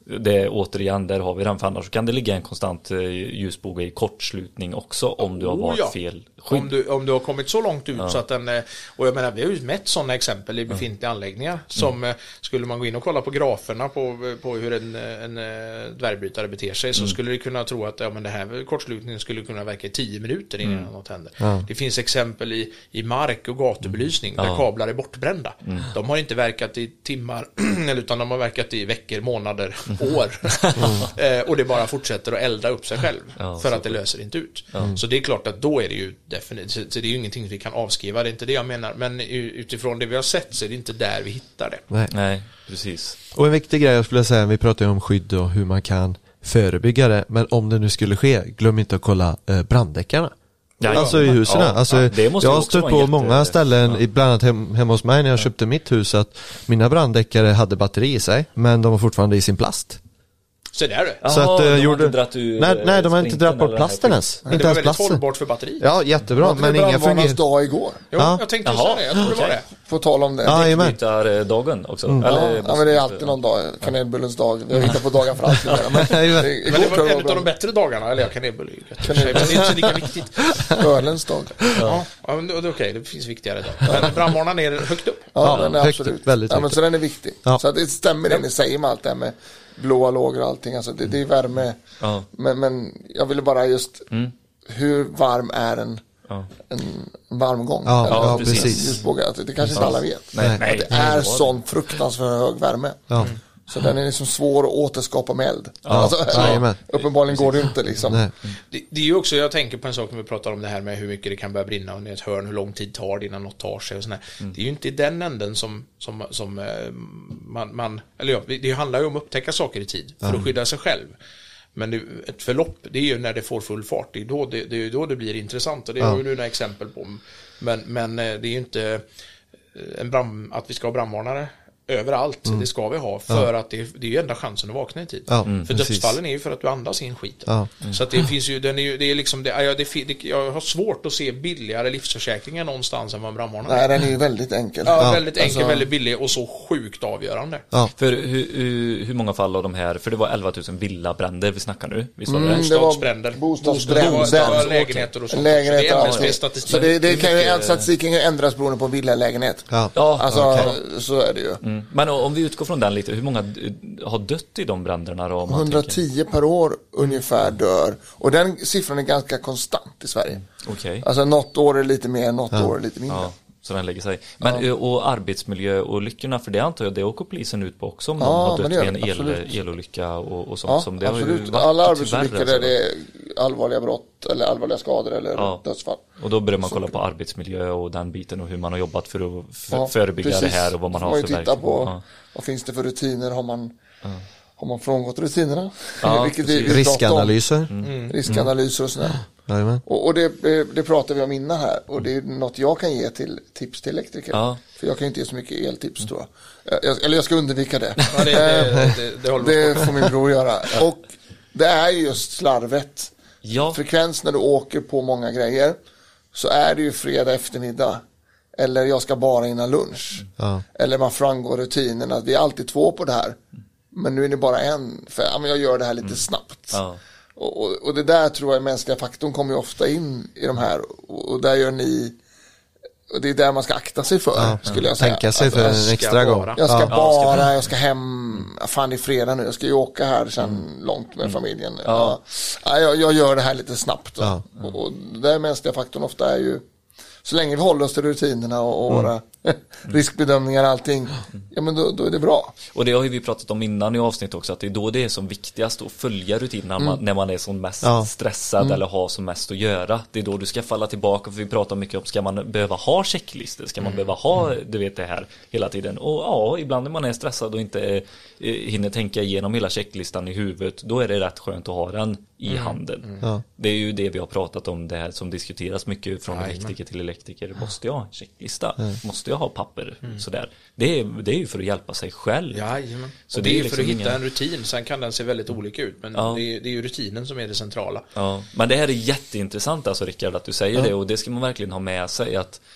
det är återigen, där har vi den, för annars kan det ligga en konstant eh, ljusbåge i kortslutning också om du har valt oh, ja. fel skydd. Om du, om du har kommit så långt ut ja. så att den, och jag menar vi har ju mätt sådana exempel i befintliga mm. anläggningar som mm. skulle man gå in och kolla på graferna på, på hur en, en, en dvärgbrytare beter sig så mm. skulle det kunna tro att ja, men det här kortslutningen skulle kunna verka i tio minuter innan mm. något händer. Ja. Det finns exempel i, i mark- och gatubelysning mm. där ja. kablar är bortbrända. Mm. De har inte verkat i timmar utan de har verkat i veckor, månader, år. Mm. eh, och det bara fortsätter att elda upp sig själv ja, för att det löser inte ut. Mm. Så det är klart att då är det ju definitivt, så det är ju ingenting vi kan avskriva, det är inte det jag menar, men utifrån det vi har sett så är det inte där vi hittar det. Nej, Nej precis. Och en viktig grej jag skulle säga, vi pratar ju om skydd och hur man kan förebygga det, men om det nu skulle ske, glöm inte att kolla eh, branddäckarna. Ja, alltså i husen. Ja, alltså, ja, jag har stött på jätte... många ställen, ja. bland annat hem, hemma hos mig när jag ja. köpte mitt hus, att mina branddäckare hade batteri i sig, men de var fortfarande i sin plast. Så där är det. Så Aha, att, de gjorde... har inte ur nej, nej, de har inte dratt bort plasten ens. Men det var väldigt hållbart för batteri. Ja, jättebra, men inga fungerar. dag igår. Jo, ja. jag tänkte så det. Jag tror det var det. På tal om det. Ja, Däckbytardagen också. Mm. Eller, ja, ja, men det är alltid någon dag. Kanelbullens dag. Vi har hittat på dagar för allt. Men, men, men det var en av de bättre dagarna. Eller ja, kanelbull. Men det är inte så lika viktigt. Ölens dag. Ja, ja men det är okej. Det finns viktigare dagar. Men brandvarnaren är högt upp. Ja, den är absolut. Väldigt ja, men så den är viktig. Så det stämmer det ni säger med allt det här med blåa lågor och allting, alltså det, det är värme ja. men, men jag ville bara just mm. hur varm är en, ja. en varmgång ja, eller, ja precis ljusbåge, alltså, det kanske inte alla vet nej, nej, att det är sån fruktansvärt hög värme ja. mm. så den är liksom svår att återskapa med eld ja. alltså, ja. uppenbarligen går det inte liksom. det, det är ju också, jag tänker på en sak när vi pratar om det här med hur mycket det kan börja brinna under ett hörn, hur lång tid tar det innan något tar sig och sådär. Mm. Det är ju inte i den änden som, som, som eh, man, man eller ja, det handlar ju om att upptäcka saker i tid för mm. att skydda sig själv. Men det, ett förlopp, det är ju när det får full fart, det är då det, det, är då det blir intressant och det har ja. ju nu några exempel på. Men, men det är ju inte en brand, att vi ska ha brandvarnare överallt, mm. det ska vi ha för ja. att det, det är ju enda chansen att vakna i tid. Ja, mm, för precis. Dödsfallen är ju för att du andas in skit. Ja. Mm. Så att det finns ju, den är ju, det är liksom det, jag, det, det, jag har svårt att se billigare livsförsäkringar någonstans än vad en brandvarnare. Nej, den är ju väldigt enkel. Ja, ja. väldigt enkel, alltså... väldigt billig och så sjukt avgörande. Ja. För hur, hur, hur många fall av de här, för det var elva tusen villabränder vi snackar nu, visst var det? Mm, det bostadsbränder. Bostadsbränder. Bostadsbränder. Lägenheter och sånt. Lägenheter, så det är statistik. Så det, det kan ju, statistiken kan ändras beroende på villa lägenhet. Ja. Ja, alltså, okay. så är det ju. Mm. Men om vi utgår från den lite, hur många har dött i de bränderna då? hundratio tänker? Per år ungefär dör. Och den siffran är ganska konstant i Sverige. Okay. Alltså något år är lite mer, något ja. år är lite mindre. Ja. Så den lägger sig. Men ja. och arbetsmiljö och lyckorna, för det antar jag, det åker polisen ut på också om ja, de har dött i en el, elolycka och, och sånt ja, som det absolut. har ju varit. Alla arbetsolyckor där det är allvarliga brott eller allvarliga skador eller ja. dödsfall. Och då börjar man kolla på arbetsmiljö och den biten och hur man har jobbat för att f- ja, förebygga precis. Det här och vad man har man för verksamhet. På ja. Vad finns det för rutiner, har man ja. Har man frångått rutinerna? Ja, Vilket vi, vi riskanalyser. Mm. Riskanalyser och sådär. Mm. Och, och det, det pratar vi om innan här. Och det är något jag kan ge till tips till elektriker. Ja. För jag kan inte ge så mycket eltips mm. tror jag. jag. Eller jag ska undvika det. Ja, det, det, det, det, det får min bror göra. Och det är just slarvet. Ja. Frekvens när du åker på många grejer. Så är det ju fredag eftermiddag. Eller jag ska bara innan lunch. Ja. Eller man framgår rutinerna. Vi är alltid två på det här. Men nu är det bara en. För ja, men jag gör det här lite mm. snabbt. Ja. Och, och, och det där tror jag mänskliga faktorn kommer ju ofta in i de här. Och, och där gör ni. Och det är där man ska akta sig för. Ja. Skulle jag säga. Tänka sig för alltså, en extra gång. Jag ska ja. bara, jag ska hem. Fan, det är fredag nu. Jag ska ju åka här sen mm. långt med mm. familjen. Ja. Ja, jag, jag gör det här lite snabbt. Ja. Mm. Och, och där mänskliga faktorn ofta är ju. Så länge vi håller oss till rutinerna och, och mm. våra riskbedömningar och allting, ja men då, då är det bra. Och det har ju vi pratat om innan i avsnitt också, att det är då det är som viktigast att följa rutinerna mm. när man är som mest ja. stressad mm. eller har som mest att göra. Det är då du ska falla tillbaka, för vi pratar mycket om, ska man behöva ha checklistor? Ska man mm. behöva ha, du vet det här hela tiden? Och ja, ibland när man är stressad och inte eh, hinner tänka igenom hela checklistan i huvudet, då är det rätt skönt att ha den i mm. handen. Mm. Ja. Det är ju det vi har pratat om, det här som diskuteras mycket från ja, elektriker till elektriker. Måste jag ha en checklista? Mm. Måste jag ha papper? Mm. Sådär. Det är, det är ju för att hjälpa sig själv. Ja, så det är ju liksom för att hitta ingen... en rutin. Sen kan den se väldigt olika ut, men ja. det, är, det är ju rutinen som är det centrala. Ja. Men det här är jätteintressant alltså, Rickard, att du säger ja. det, och det ska man verkligen ha med sig, att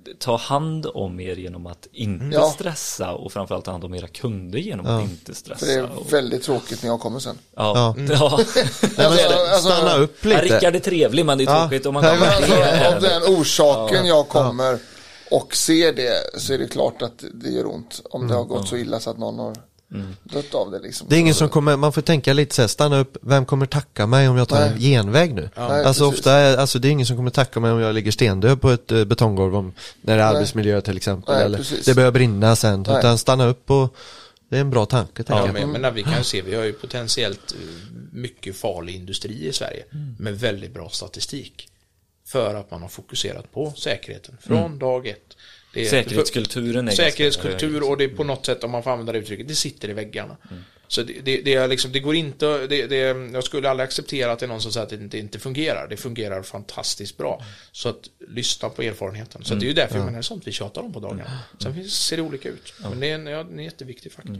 ta hand om er genom att inte Ja. stressa och framförallt ta hand om era kunder genom Ja. att inte stressa. För det är och, väldigt tråkigt när jag kommer sen. ja. Ja. Ja. Nej, men Alltså, stanna upp Ja, lite. Rickard är trevlig, men det är Ja. tråkigt om man Nej, kommer men till Alltså, det. av den orsaken jag kommer och ser det, så är det klart att det gör ont. Om det har gått så illa så att någon har dött av det liksom. Det är ingen som kommer, man får tänka lite så här, stanna upp, vem kommer tacka mig om jag tar Nej. en genväg nu? Nej, Alltså precis. ofta är, alltså det är ingen som kommer tacka mig om jag ligger stendöd på ett uh, betonggolv om, när det är Nej. arbetsmiljö till exempel, Nej, eller precis. det börjar brinna sen, Nej. utan stanna upp och det är en bra tanke, tänker Ja, jag. men, men när vi kan se, vi har ju potentiellt eh, mycket farlig industri i Sverige med väldigt bra statistik för att man har fokuserat på säkerheten från dag ett. Det är Säkerhetskulturen är säkerhetskultur ganska hög. och det är på något sätt, om man får använda det uttrycket, det sitter i väggarna. Så det, det, det är liksom, det går inte, det, det, jag skulle aldrig acceptera att det är någon som säger att det inte, inte fungerar. Det fungerar fantastiskt bra. Så att lyssna på erfarenheten. Så att det är ju därför, men det är sånt vi tjatar om på dagarna. Sen finns, ser det olika ut. Men det är en, ja, det är en jätteviktig faktor.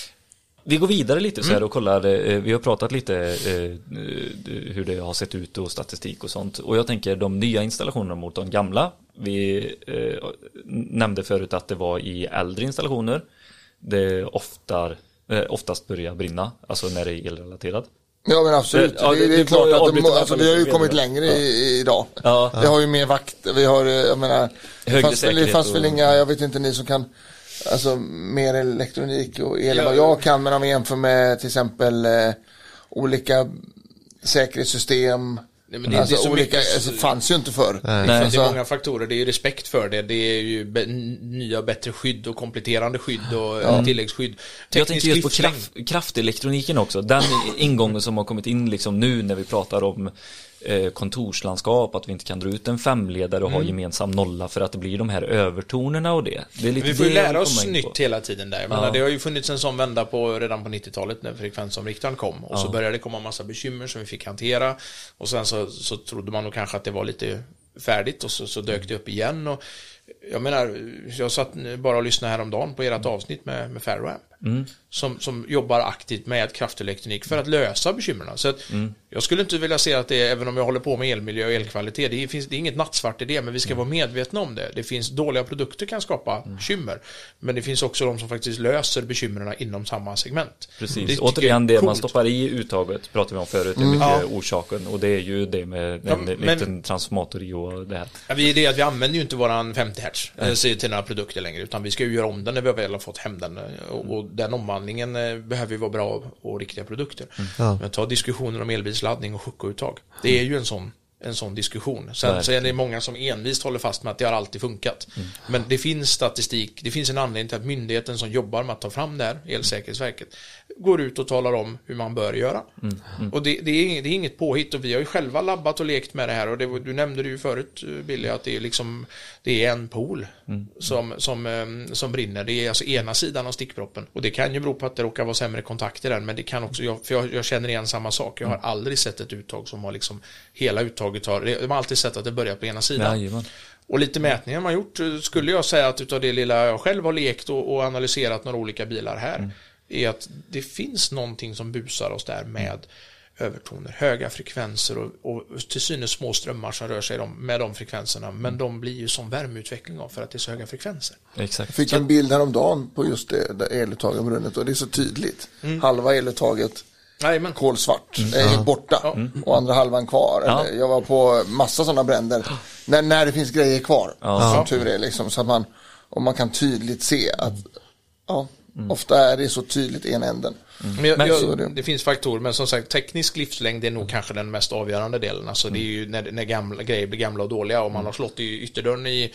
Vi går vidare lite så här och kollar, eh, vi har pratat lite eh, hur det har sett ut och statistik och sånt. Och jag tänker de nya installationerna mot de gamla. Vi eh, nämnde förut att det var i äldre installationer det oftar, eh, oftast börjar brinna, alltså när det är elrelaterat. Ja men absolut, Ja, det, det- det är det klart får att avbryta det, i alltså, alla fall vi har ju lite kommit vidare. längre i, idag. Ja. Vi har ju mer vakt, vi har, jag menar, det Högre fanns, väl, det säkerhet fanns väl och- inga, jag vet inte ni som kan, alltså mer elektronik och el än Ja. vad jag kan, men om vi jämför med till exempel eh, olika säkerhetssystem, Nej, men det- alltså det är så olika, mycket- alltså, fanns ju inte förr. Nej. Det Alltså, är många faktorer, det är ju respekt för det. Det är ju be, nya bättre skydd och kompletterande skydd och ja. tilläggsskydd. Jag Teknisk tänkte just på livslängd. kraft, kraftelektroniken också. Den ingången som har kommit in liksom nu när vi pratar om eh, kontorslandskap, att vi inte kan dra ut en femledare och ha gemensam nolla för att det blir de här övertonerna och det. Det är lite Vi får ju det jag vill lära oss komma in på. nytt hela tiden där. Jag Ja. menar, det har ju funnits en sån vända på redan på nittiotalet när frekvensomriktaren kom. Och så började det komma massa bekymmer som vi fick hantera. Och sen så, så trodde man nog kanske att det var lite färdigt och så, så dök det upp igen. Och jag menar, jag satt bara och lyssnade häromdagen på ert avsnitt med, med Ferroamp. Mm. Som, som jobbar aktivt med kraftelektronik för att lösa bekymren. Så att Mm. jag skulle inte vilja säga att det är, även om jag håller på med elmiljö och elkvalitet, det, finns, det är inget nattsvart i det, men vi ska vara medvetna om det. Det finns dåliga produkter kan skapa bekymmer, men det finns också de som faktiskt löser bekymren inom samma segment. Precis, Det tycker återigen jag är det man coolt. stoppar i uttaget pratade vi om förut, det är mycket Ja. orsaken och det är ju det med Ja, en men- liten transformator i och det här. Ja, vi, det är att vi använder ju inte våran femtio hertz eh, till några produkter längre, utan vi ska ju göra om den när vi väl har fått hem den. Och, och den omvandlingen eh, behöver ju vara bra och, och riktiga produkter. Ja. Men ta diskussioner om elbilsladdning och chockouttag. Det är ju en sån en sån diskussion. Sen så är det många som envist håller fast med att det har alltid funkat. Mm. Men det finns statistik, det finns en anledning till att myndigheten som jobbar med att ta fram det här, Elsäkerhetsverket, går ut och talar om hur man bör göra. Mm. Mm. Och det, det, är, det är inget påhitt, och vi har ju själva labbat och lekt med det här, och det, du nämnde det ju förut, Billy, att det är liksom det är en pool mm. som, som, som brinner. Det är alltså ena sidan av stickproppen, och det kan ju bero på att det råkar vara sämre kontakt i den, men det kan också, jag, för jag, jag känner igen samma sak. Jag har aldrig sett ett uttag som har liksom hela uttaget har, de har alltid sett att det börjar på ena sidan. Jajamän. Och lite mätningar man gjort, skulle jag säga att utav det lilla jag själv har lekt och, och analyserat några olika bilar här, mm. är att det finns någonting som busar oss där med övertoner, höga frekvenser och, och till synes små strömmar som rör sig med de frekvenserna, men de blir ju som värmeutveckling av för att det är så höga frekvenser. Exakt. Jag fick en bild häromdagen på just det där eluttaget brunnet, och det är så tydligt. Mm. Halva eluttaget Jajamän. kolsvart mm. är helt borta mm. och andra halvan kvar. Ja. Eller, jag var på massa sådana bränder när, när det finns grejer kvar, ja. som tur är liksom, så att man, och man kan tydligt se att ja, mm. ofta är det så tydligt i en änden. Mm. Men jag, Men, jag, det. det finns faktorer, men som sagt, teknisk livslängd är nog kanske den mest avgörande delen. Alltså det är ju när, när gamla grejer blir gamla och dåliga och man har slått i ytterdörren i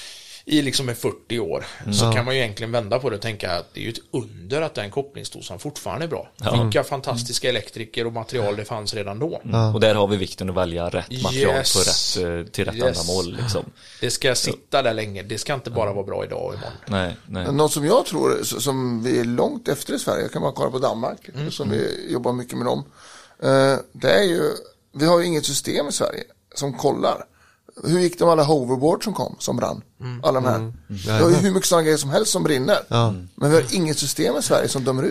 i liksom en fyrtio år, mm. så kan man ju egentligen vända på det och tänka att det är ju ett under att den kopplingsdosan fortfarande är bra. Ja. Vilka fantastiska elektriker och material det fanns redan då. Mm. Och där har vi vikten att välja rätt material Yes. på rätt, till rätt Yes. ändamål liksom. Det ska sitta där länge, det ska inte bara vara bra idag och imorgon. Nej, nej. Något som jag tror, som vi är långt efter i Sverige, jag kan bara kolla på Danmark, mm. som vi jobbar mycket med dem, det är ju, vi har ju inget system i Sverige som kollar. Hur gick det med alla hoverboard som kom, som brann? Mm. Alla de här. Mm. Vi har ju hur mycket sådana grejer som helst som brinner. Ja. Men vi har inget system i Sverige som dömer ut.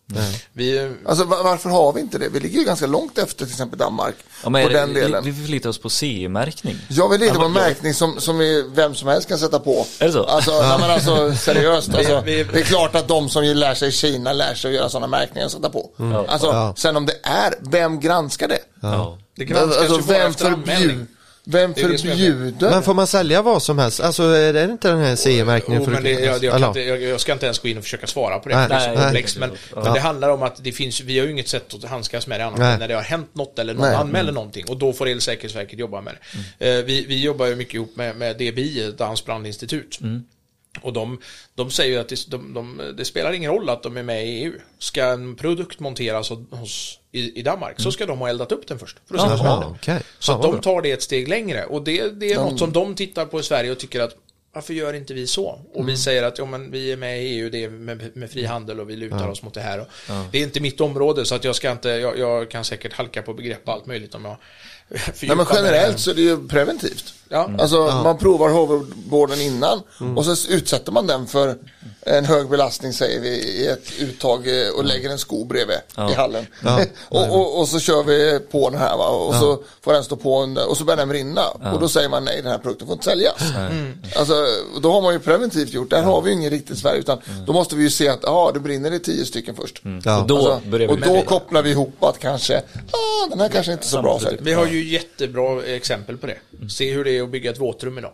Vi, Alltså var, varför har vi inte det? Vi ligger ju ganska långt efter till exempel Danmark Ja, men på är det, den delen. Vi, vi förlitar oss på C E-märkning. Jag vill lite Ja, på en men- märkning som, som är, vem som helst kan sätta på. Är det så? Alltså, nej, men alltså seriöst. Alltså, Vi- vi- det är klart att de som ju lär sig i Kina lär sig att göra sådana märkningar och sätta på. Alltså, Ja. sen om det är, vem granskar det? Ja. det granskas Alltså, ju bara vem, efter anmälning. förbjud, vem Det är det som är- förbjuder? Men får man sälja vad som helst? Alltså är det inte den här C E-märkningen? Oh, för men det, jag, jag, kan Eller? inte, jag, jag ska inte ens gå in och försöka svara på det, Nej, för det är så nej. komplext. Men, Ja. men det handlar om att det finns, vi har ju inget sätt att handskas med det annat Nej. än när det har hänt något eller någon Nej. anmäler någonting. Och då får Elsäkerhetsverket jobba med det. Eh, vi, vi jobbar ju mycket ihop med, med D B I, Danskt brandinstitut. Och de, de säger ju att det, de, de, det spelar ingen roll att de är med i E U. Ska en produkt monteras hos, i, i Danmark så ska de ha eldat upp den först. För att se vad som Jaha, händer. okej. Så Fan, att vad de bra. tar det ett steg längre. Och det, det är något som de tittar på i Sverige och tycker att varför gör inte vi så? Och vi säger att ja, men vi är med i E U, det är med, med fri handel och vi lutar oss mot det här. Och det är inte mitt område så att jag ska inte, jag, jag kan säkert halka på begrepp och allt möjligt om jag Nej, fördjupar men mig. generellt så är det ju preventivt. Ja. Alltså man provar hoverboarden innan och så utsätter man den för en hög belastning säger vi i ett uttag eh, och lägger en sko bredvid i hallen. och, och, och så kör vi på den här va? Och så får den stå på under, och så börjar den brinna och då säger man nej, den här produkten får inte säljas. Mm. Alltså då har man ju preventivt gjort. Där har vi ju ingen riktigt Sverige utan då måste vi ju se att ja, det brinner i tio stycken först. Ja. Och då Alltså, börjar vi och med då det. kopplar vi ihop att kanske ah, den här kanske inte är så bra säkert. Vi har ju jättebra exempel på det. Se hur det är att bygga ett våtrum idag.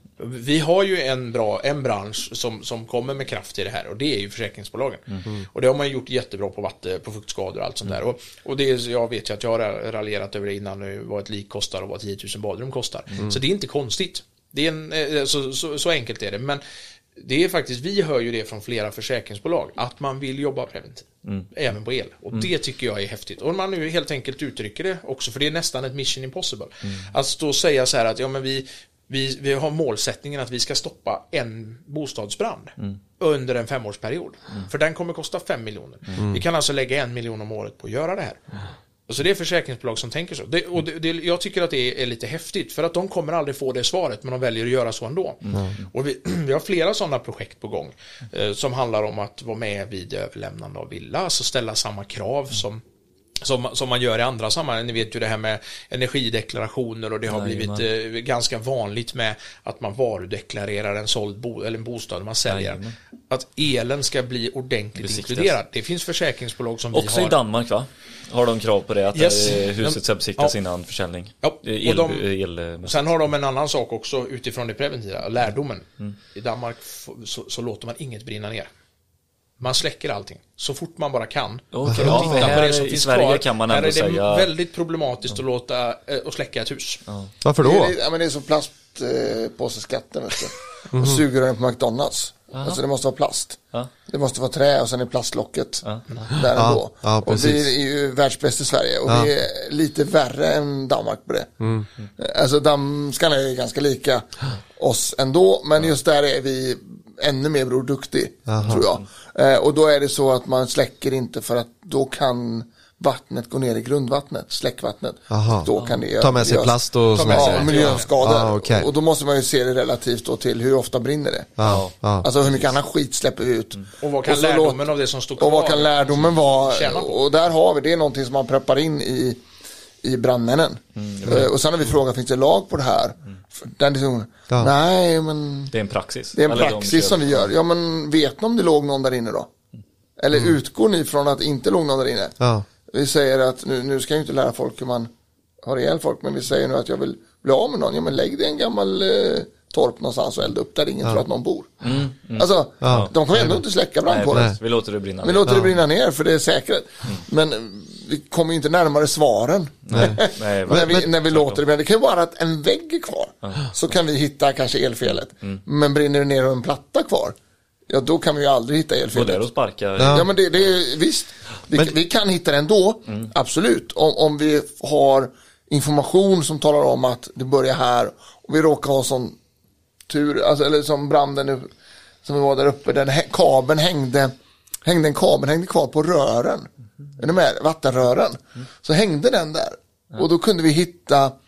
Vi har ju en bra en bransch som, som kommer med kraft i det här och det är ju försäkringsbolagen. Och det har man gjort jättebra på vatten, på fuktskador och allt sånt där. Och, och det är, jag vet ju att jag har raljerat över det innan nu, vad ett lik kostar och vad tio tusen badrum kostar. Så det är inte konstigt. Det är en, eh, så, så, så enkelt är det. Men det är faktiskt, vi hör ju det från flera försäkringsbolag att man vill jobba preventivt. Även på el. Och det tycker jag är häftigt. Och man nu helt enkelt uttrycker det också, för det är nästan ett mission impossible. Att stå och säga så här att ja men vi Vi, vi har målsättningen att vi ska stoppa en bostadsbrand mm. under en femårsperiod. Mm. För den kommer kosta fem miljoner. Mm. Vi kan alltså lägga en miljon om året på att göra det här. Mm. Och så det är försäkringsbolag som tänker så. Det, och det, det, jag tycker att det är, är lite häftigt. För att de kommer aldrig få det svaret, men de väljer att göra så ändå. Mm. Och vi, vi har flera sådana projekt på gång. Eh, som handlar om att vara med vid överlämnande av villa. Alltså ställa samma krav mm. som... Som, som man gör i andra sammanhang. Ni vet ju det här med energideklarationer och det har Nej, blivit eh, ganska vanligt med att man varudeklarerar en såld bo, eller en bostad man säljer. Nej, att elen ska bli ordentligt Besiktas. inkluderad. Det finns försäkringsbolag som Också vi har. i Danmark va? Har de krav på det att Yes. eh, huset ska besiktas Ja. innan försäljning? Ja, och El, de- el, el, Sen har de en annan sak också utifrån det preventiva, lärdomen. Mm. I Danmark f- så, så låter man inget brinna ner. Man släcker allting så fort man bara kan. Okej, För att ja, titta för på här det som i finns Sverige kvar. kan man Här ändå är det säga- väldigt problematiskt att låta äh, att släcka ett hus. Ja. Varför Det då? är, ja, men det är som plastpåseskatten vet du. Och sugrören på McDonalds. Alltså det måste vara plast. Ja. Det måste vara trä och sen är plastlocket Ja. där Ja, ändå. ja, och precis. vi är ju världsbäst i Sverige och Ja. vi är lite värre än Danmark på det. Mm. Alltså danskarna är ganska lika oss ändå, men just där är vi ännu mer Bror Duktig, Aha. tror jag. Eh, och då är det så att man släcker inte för att då kan vattnet gå ner i grundvattnet, släckvattnet. Aha. Då kan det Ta med sig göras- plast och såna Ja, saker. miljöskador. Ja, okej. Och då måste man ju se det relativt då till hur ofta brinner det. Ja, ja. Alltså hur mycket annan skit släpper vi ut. Och vad kan så lärdomen låt- av det som står kvar? Och vad kan lärdomen vara? Tjäna på? Och där har vi, det är någonting som man preppar in i, i brandmännen. Eh, och sen har vi frågat, finns det lag på det här? För den diskussionen, Ja. nej men Det är en praxis. det är en Eller de praxis kör- som vi gör. Ja men vet ni om det låg någon där inne då? Eller utgår ni från att det inte låg någon där inne? Ja. Vi säger att nu, nu ska jag inte lära folk hur man har ihjäl folk, men vi säger nu att jag vill bli av med någon. Ja men lägg det i en gammal eh, torp någonstans och elda upp där ingen tror att någon bor. Alltså, Ja. de kommer ändå inte släcka brand Nej, på det. precis. Vi låter det brinna. Vi låter det brinna ner för det är säkert. Men eh, vi kommer ju inte närmare svaren. Nej, när vi, men- när vi låter det brinna. Det kan ju vara att en vägg är kvar. Så kan vi hitta kanske elfelet. Men brinner det ner och en platta kvar, ja då kan vi ju aldrig hitta Gå elfelet. där och sparka. Ja, men det, det är visst. Vi, Men- vi kan hitta det ändå, absolut. Om, om vi har information som talar om att det börjar här och vi råkar ha sån tur, alltså, eller som branden nu, som vi var där uppe, där hä- kabeln hängde, hängde en kabel hängde kvar på rören. Är ni med? Vattenrören. Så hängde den där. Och då kunde vi hitta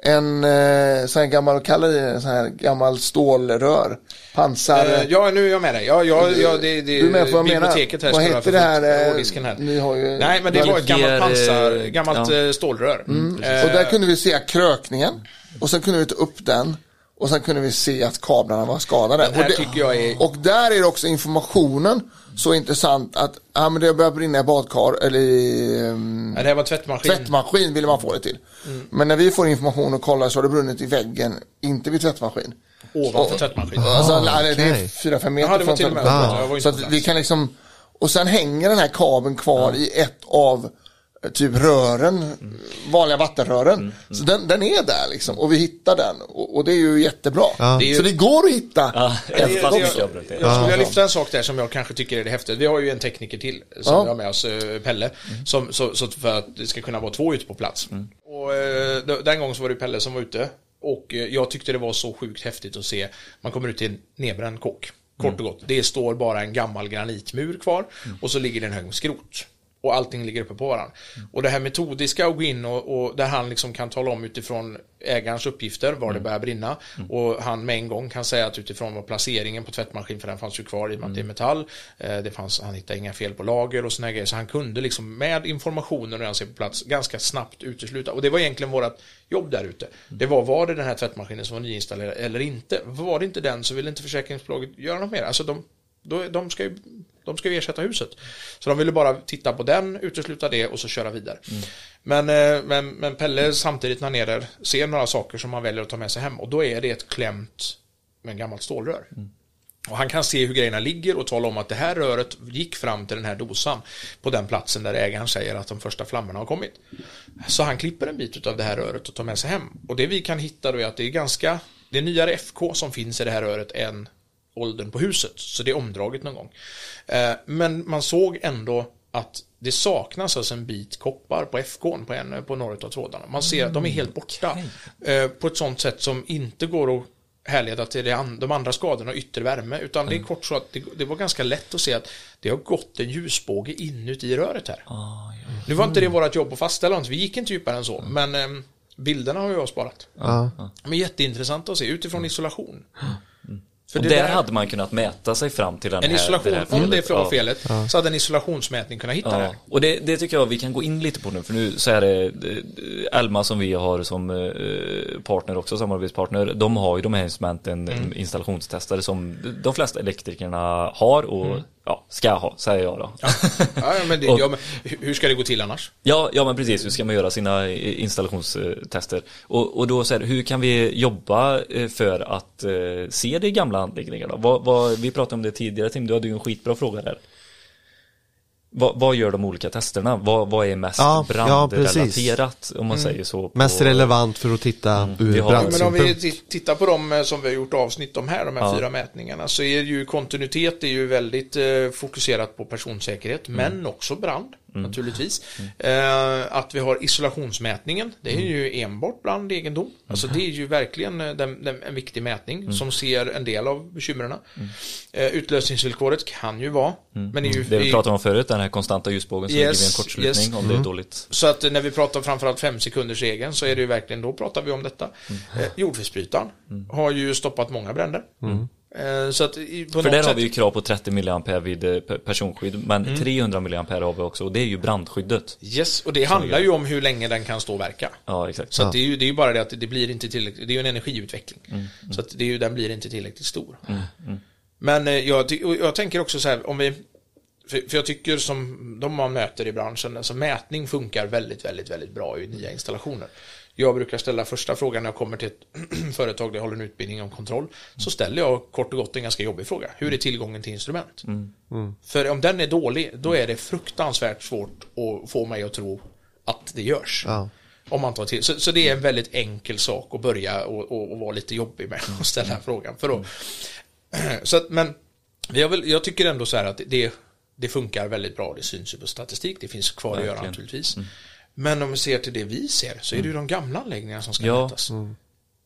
en eh, sån här gammal, kallar det en sån här gammal stålrör. Pansar. Uh, ja, nu är jag med dig. Ja, ja, ja, det, det du är med på vad biblioteket här. Vad heter det här? här. Ni har ju, Nej, men det var ett gammalt pansar, gammalt ja. stålrör. Mm. Mm. Uh, och där kunde vi se krökningen. Och sen kunde vi ta upp den. Och sen kunde vi se att kablarna var skadade. Och, det, tycker jag är... och där är det också informationen så intressant att ja, men det börjar brinna i badkar eller i um, ja, det här var tvättmaskin. Tvättmaskin ville man få det till. Mm. Men när vi får information och kollar så har det brunnit i väggen, inte vid tvättmaskin. Ovanför tvättmaskin. Alltså, ah, okay. Det är fyra fem meter Jaha, från tvättmaskin. Ah. Så att vi kan liksom, och sen hänger den här kabeln kvar ja. i ett av typ rören, mm. vanliga vattenrören. Mm. Mm. Så den, den är där liksom. Och vi hittar den. Och, och det är ju jättebra. Ja. Det är ju... Så det går att hitta. Ja, jag, jag, jag, jag skulle vilja lyfta en sak där som jag kanske tycker är det häftigt. Vi har ju en tekniker till som ja. vi har med oss, Pelle. Mm. Som, så, så för att det ska kunna vara två ute på plats. Mm. Och den gången så var det Pelle som var ute. Och jag tyckte det var så sjukt häftigt att se. Man kommer ut till en nedbränd kåk. Kort och gott. Det står bara en gammal granitmur kvar. Mm. Och så ligger det en hög skrot. Och allting ligger uppe på varandra. Mm. Och det här metodiska att gå in och, och där han liksom kan tala om utifrån ägarens uppgifter var mm. det börjar brinna. Mm. Och han med en gång kan säga att utifrån vad placeringen på tvättmaskin, för den fanns ju kvar i och med att det är metall. Eh, det fanns, han hittade inga fel på lager och såna grejer. Så han kunde liksom med informationen när han ser på plats ganska snabbt utesluta. Och det var egentligen vårt jobb där ute. Mm. Det var, var det den här tvättmaskinen som var nyinstallerad eller inte? Var det inte den så ville inte försäkringsbolaget göra något mer. Alltså de, de, de ska ju De ska ju ersätta huset. Så de ville bara titta på den, utesluta det och så köra vidare. Mm. Men, men, men Pelle samtidigt när han är där ser några saker som han väljer att ta med sig hem. Och då är det ett klämt med en gammalt stålrör. Mm. Och han kan se hur grejerna ligger och tala om att det här röret gick fram till den här dosan på den platsen där ägaren säger att de första flammorna har kommit. Så han klipper en bit av det här röret och tar med sig hem. Och det vi kan hitta då är att det är ganska, det är nyare F K som finns i det här röret än åldern på huset, så det är omdraget någon gång. Eh, men man såg ändå att det saknas alltså en bit koppar på F K på, en, på några av trådarna. Man ser att de är helt borta eh, på ett sånt sätt som inte går att härleda till det an- de andra skadorna och yttre värme, utan mm. det är kort så att det, det var ganska lätt att se att det har gått en ljusbåge inuti röret här. Ah, ja. Nu var inte det vårt jobb att fastställa oss, vi gick inte djupare än så, mm. men eh, bilderna har jag sparat. Ah. Men jätteintressant att se utifrån mm. isolation. Mm. För och där, där hade man kunnat mäta sig fram till den en här, isolation, det här om det var felet ja. så hade en isolationsmätning kunnat hitta ja. det. Och det, det tycker jag vi kan gå in lite på nu, för nu så är det Elma som vi har som partner också, samarbetspartner, de har ju de här instrumenten, mm. installationstestare som de flesta elektrikerna har och mm. ja, ska ha, säger jag då. Ja, ja, men, det, och, ja, men hur ska det gå till annars? Ja, ja men precis, hur ska man göra sina installationstester? Och, och då så här, hur kan vi jobba för att eh, se det gamla anläggningarna? Vad, vad, vi pratade om det tidigare, Tim, du hade ju en skitbra fråga där. Vad, vad gör de olika testerna? Vad, vad är mest ja, brandrelaterat ja, om man mm. säger så? På... Mest relevant för att titta mm. ur brandsynpunkt. Men om vi tittar på dem som vi har gjort avsnitt om här, de här ja. fyra mätningarna, så är ju kontinuitet är ju väldigt eh, fokuserat på personsäkerhet, mm. men också brand. Mm. Naturligtvis. Mm. Eh, att vi har isolationsmätningen, det är mm. ju enbart brand egendom. Mm. Alltså det är ju verkligen den, den, en viktig mätning mm. som ser en del av bekymren. Mm. Eh, utlösningsvillkoret kan ju vara. Mm. Men det, är ju, det vi pratade om förut, den här konstanta ljusbågen som yes, ligger vid en kortslutning yes. om det är dåligt. Så att när vi pratar framförallt fem sekunders regeln så är det ju verkligen, då pratar vi om detta. Mm. Eh, jordfelsbrytaren mm. har ju stoppat många bränder. Mm. Så att på För där sätt... har vi ju krav på trettio milliampere vid personskydd, men mm. trehundra milliampere har vi också, och det är ju brandskyddet. Yes, och det handlar ju om hur länge den kan stå och verka. Ja, exakt. Så ja. att det är ju det är ju bara det att det blir inte tillräckligt, det är ju en energiutveckling. Mm. Mm. Så att det är ju, den blir inte tillräckligt stor. Mm. Mm. Men jag, jag tänker också så här, om vi för, för jag tycker som de man möter i branschen, alltså mätning funkar väldigt, väldigt, väldigt bra i nya installationer. Jag brukar ställa första frågan när jag kommer till ett företag där jag håller en utbildning om kontroll. Så ställer jag kort och gott en ganska jobbig fråga. Hur är tillgången till instrument? Mm. Mm. För om den är dålig, då är det fruktansvärt svårt att få mig att tro att det görs. Ja. Om man tar till. Så, så det är en väldigt enkel sak att börja och, och, och vara lite jobbig med att ställa mm. frågan. För då, mm. så att, men jag, vill, jag tycker ändå så här att det, det funkar väldigt bra. Det syns ju på statistik. Det finns kvar att göra naturligtvis. Mm. Men om vi ser till det vi ser så är det ju de gamla anläggningarna som ska ja. mätas. Mm.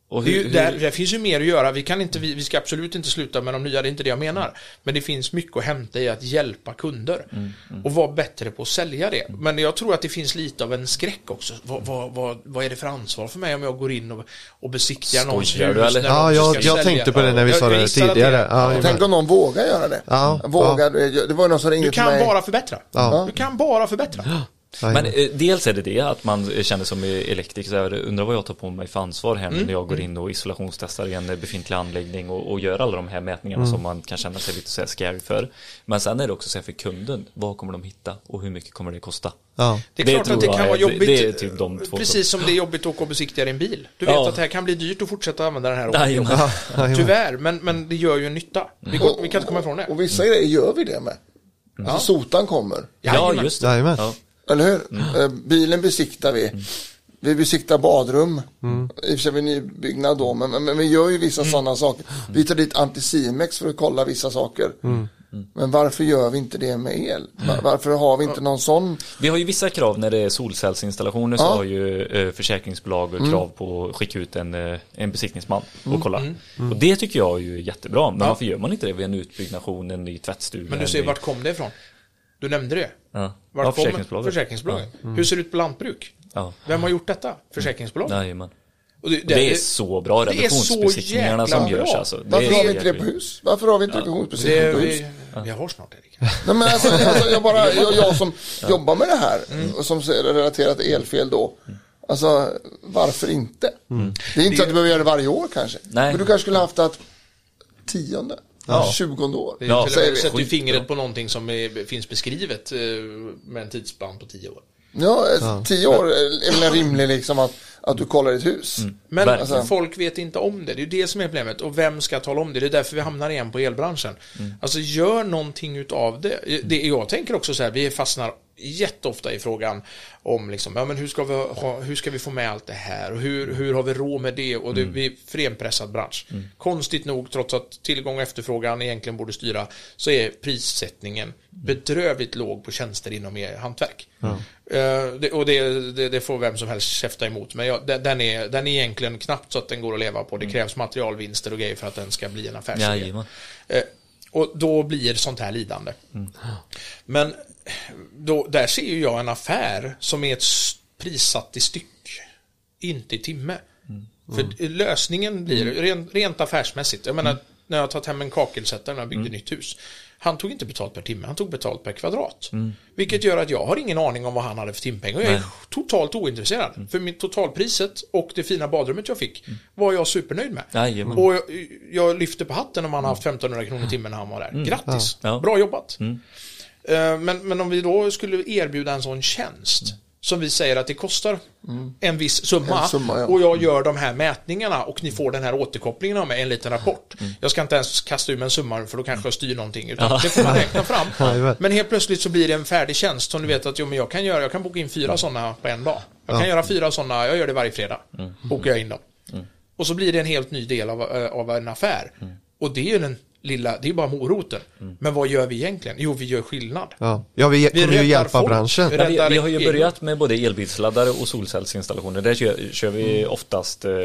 Och hur, hur, det, är ju, där, det finns ju mer att göra. Vi, kan inte, vi, vi ska absolut inte sluta med de nya, det är inte det jag menar. Men det finns mycket att hämta i att hjälpa kunder. Mm, mm. Och vara bättre på att sälja det. Mm. Men jag tror att det finns lite av en skräck också. Vad, vad, vad, vad är det för ansvar för mig om jag går in och, och besiktigar någons hus? Eller? Ja, jag, jag tänkte på det när vi sa det tidigare. Det. Ja, tänk om någon vågar göra det. Ja, vågar, ja. Det var någon som ringde till mig. Du kan bara förbättra. Ja. Du kan bara förbättra. Ja. Men eh, dels är det det att man känner som elektriker så här, undrar vad jag tar på mig för ansvar här mm. när jag går in och isolationstestar i en befintlig anläggning och, och gör alla de här mätningarna mm. som man kan känna sig lite så här scary för. Men sen är det också så här för kunden, vad kommer de hitta och hur mycket kommer det kosta? Ja. Det är det klart att det kan är, vara jobbigt. Det, det är typ de två precis som det är jobbigt att åka och besiktiga en bil. Du vet ja. att det här kan bli dyrt att fortsätta använda den här Nej, ja, tyvärr, men, men det gör ju en nytta. Vi, går, vi kan inte komma ifrån det. Och vissa grejer gör vi det med. Mm. Alltså sotan kommer. Ja, just det. Ja. Eller hur? Mm. Bilen besiktar vi. Mm. Vi besiktar badrum. Mm. I och för sig vi nybyggnad då. Men, men vi gör ju vissa mm. sådana saker. Vi tar dit Anticimex för att kolla vissa saker. Mm. Mm. Men varför gör vi inte det med el? Var, varför har vi inte någon sån? Vi har ju vissa krav när det är solcellsinstallationer. Så ja. har ju eh, försäkringsbolag mm. krav på att skicka ut en, eh, en besiktningsman och mm. kolla. Mm. Mm. Och det tycker jag är ju jättebra. Men ja. varför gör man inte det vid en utbyggnationen i tvättstugan? Men du ser, vart kom det ifrån? Du nämnde det. Ja. Vart ja, försäkringsbolaget. Försäkringsbolaget. Ja. Mm. Hur ser det ut på lantbruk? Ja. Vem har gjort detta? Försäkringsbolag. Nej, men. Och det, det, det är så bra revisionsbesiktningarna som görs alltså. Varför har vi inte det på hus? Varför har vi inte ja. revisionsbesiktning på hus? Vi, vi har snart Erik. Nej, men alltså, alltså jag bara jag, jag som ja. jobbar med det här mm. och som är relaterat till elfel då. Alltså varför inte? Mm. Det är inte det, så att du behöver göra det varje år kanske. Nej. Men du kanske skulle haft att tionde Ja. tjugonde år. Det ja, sätter ju fingret på någonting som är, finns beskrivet med en tidsspann på tio år. Ja, ja. tio år är väl en rimlig liksom att, att du kollar ditt hus. Mm. Men alltså, folk vet inte om det. Det är ju det som är problemet. Och vem ska tala om det? Det är därför vi hamnar igen på elbranschen. Mm. Alltså gör någonting utav det. det. Jag tänker också så här, vi fastnar jätteofta i frågan om liksom, ja, men hur ska vi ha, hur ska vi få med allt det här och hur, hur har vi råd med det och det mm. blir frenpressad bransch. Mm. Konstigt nog, trots att tillgång och efterfrågan egentligen borde styra, så är prissättningen bedrövligt låg på tjänster inom er hantverk. Mm. Uh, det, och det, det, det får vem som helst käfta emot, men ja, den, är, den är egentligen knappt så att den går att leva på. Det krävs materialvinster och grejer för att den ska bli en affärsidé. Uh, och då blir sånt här lidande. Mm. Men då, där ser ju jag en affär som är ett prissatt i styck, inte i timme. Mm. Mm. För lösningen blir rent, rent affärsmässigt. Jag menar, mm. när jag har tagit hem en kakelsättare när jag byggde mm. nytt hus, han tog inte betalt per timme, han tog betalt per kvadrat. Mm. Vilket gör att jag har ingen aning om vad han hade för timpeng. Och jag är Nej. totalt ointresserad. Mm. För mitt totalpriset och det fina badrummet jag fick mm. var jag supernöjd med. Nej, och jag, jag lyfter på hatten om han har haft femtonhundra kronor i timmen när han var där. Mm. Grattis, ja. Bra jobbat. Mm. Men, men om vi då skulle erbjuda en sån tjänst mm. som vi säger att det kostar mm. en viss summa, en summa ja. och jag gör de här mätningarna och ni får den här återkopplingen av mig, en liten rapport. Mm. Jag ska inte ens kasta ur mig en summa för då kanske jag styr någonting, utan ja. det får man räkna fram. Men helt plötsligt så blir det en färdig tjänst som du vet att jo, men jag kan göra, jag kan boka in fyra mm. sådana på en dag. Jag kan ja. göra fyra sådana, jag gör det varje fredag. Mm. Bokar jag in dem. Mm. Och så blir det en helt ny del av, av en affär. Mm. Och det är ju den lilla, det är bara moroten. Mm. Men vad gör vi egentligen? Jo, vi gör skillnad. Ja, ja vi, vi kommer ju hjälpa folk. branschen. Vi, vi, vi har ju börjat med både elbilsladdare och solcellsinstallationer. Där kör, kör vi mm. oftast, eh,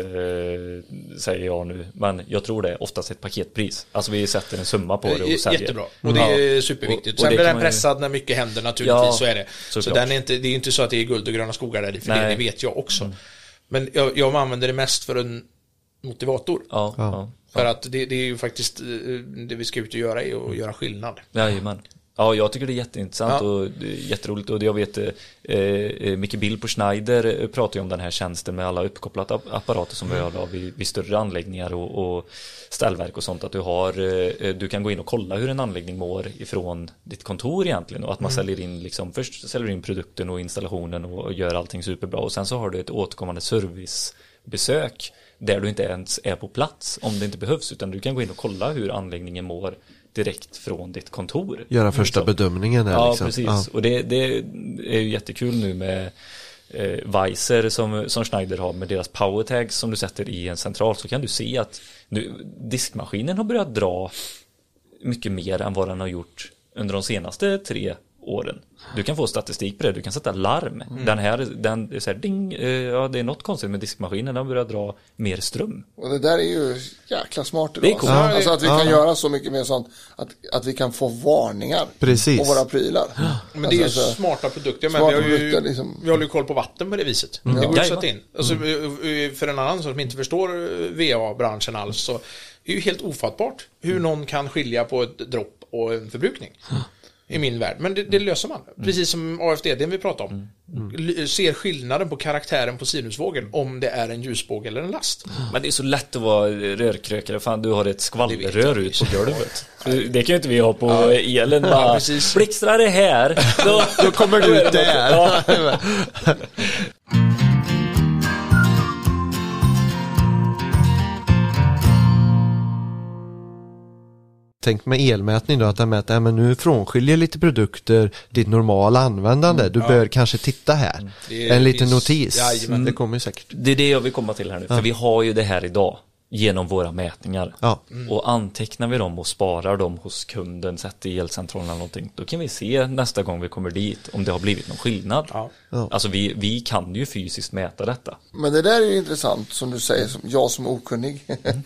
säger jag nu, men jag tror det är oftast ett paketpris. Alltså vi sätter en summa på det och säljer. Jättebra, och det är superviktigt. Sen blir den pressad när mycket händer naturligtvis, ja, så är det. Så, så den är inte, det är inte så att det är guld och gröna skogar där, för det, det vet jag också. Mm. Men jag, jag använder det mest för en motivator. Ja, ja. För att det, det är ju faktiskt det vi ska ut och göra är att göra skillnad. Jajamän. Ja, jag tycker det är jätteintressant ja. och jätteroligt. Och jag vet, eh, Micke Bill på Schneider pratar ju om den här tjänsten med alla uppkopplade apparater som mm. vi har vid, vid större anläggningar och, och ställverk och sånt. Att du har, eh, du kan gå in och kolla hur en anläggning mår ifrån ditt kontor egentligen. Och att man mm. säljer in, liksom, först säljer in produkten och installationen och gör allting superbra. Och sen så har du ett återkommande servicebesök där du inte ens är på plats om det inte behövs, utan du kan gå in och kolla hur anläggningen mår direkt från ditt kontor. Göra första så. bedömningen där, ja, liksom. Precis. Ja, och det, det är ju jättekul nu med eh, Weiser som, som Schneider har med deras powertags som du sätter i en central, så kan du se att nu, diskmaskinen har börjat dra mycket mer än vad den har gjort under de senaste tre åren. Du kan få statistik på det, du kan sätta larm. Mm. Den här, den är så här, ding, eh, ja, det är något konstigt med diskmaskinen, den börjar dra mer ström. Och det där är ju jäkla smart idag. Det är coolt. Alltså, alltså att vi kan ja. göra så mycket mer sånt, att, att vi kan få varningar Precis. på våra prylar. Ja. Men det är ju alltså, smarta produkter, men smarta vi, har ju, produkter, liksom. vi håller ju koll på vatten på det viset. Mm. Det går ju in. Alltså, mm. För en annan som inte förstår V A-branschen alls, så är det ju helt ofattbart hur någon kan skilja på ett dropp och en förbrukning. Mm. I min värld. Men det, det löser man. Mm. Precis som A F D D vi pratar om. Mm. Mm. Ser skillnaden på karaktären på sinusvågen om det är en ljusbåge eller en last. Mm. Men det är så lätt att vara rörkrökare. Fan, du har ett skvallrör ut på golvet. Det kan ju inte vi ha på ja. elen. Bara, ja, blixtrar det här. Då, då kommer du ut där. Ja. Tänk med elmätning då, att den mäter, men nu frånskiljer lite produkter ditt normala användande. Du ja. bör kanske titta här. Mm. En liten finns, notis. Ja, det kommer säkert. Det är det jag vill komma till här nu. Ja. För vi har ju det här idag genom våra mätningar. Ja. Mm. Och antecknar vi dem och sparar dem hos kunden, sätter i elcentralen eller någonting, då kan vi se nästa gång vi kommer dit om det har blivit någon skillnad. Ja. Ja. Alltså vi, vi kan ju fysiskt mäta detta. Men det där är ju intressant som du säger, som jag som okunnig. Mm.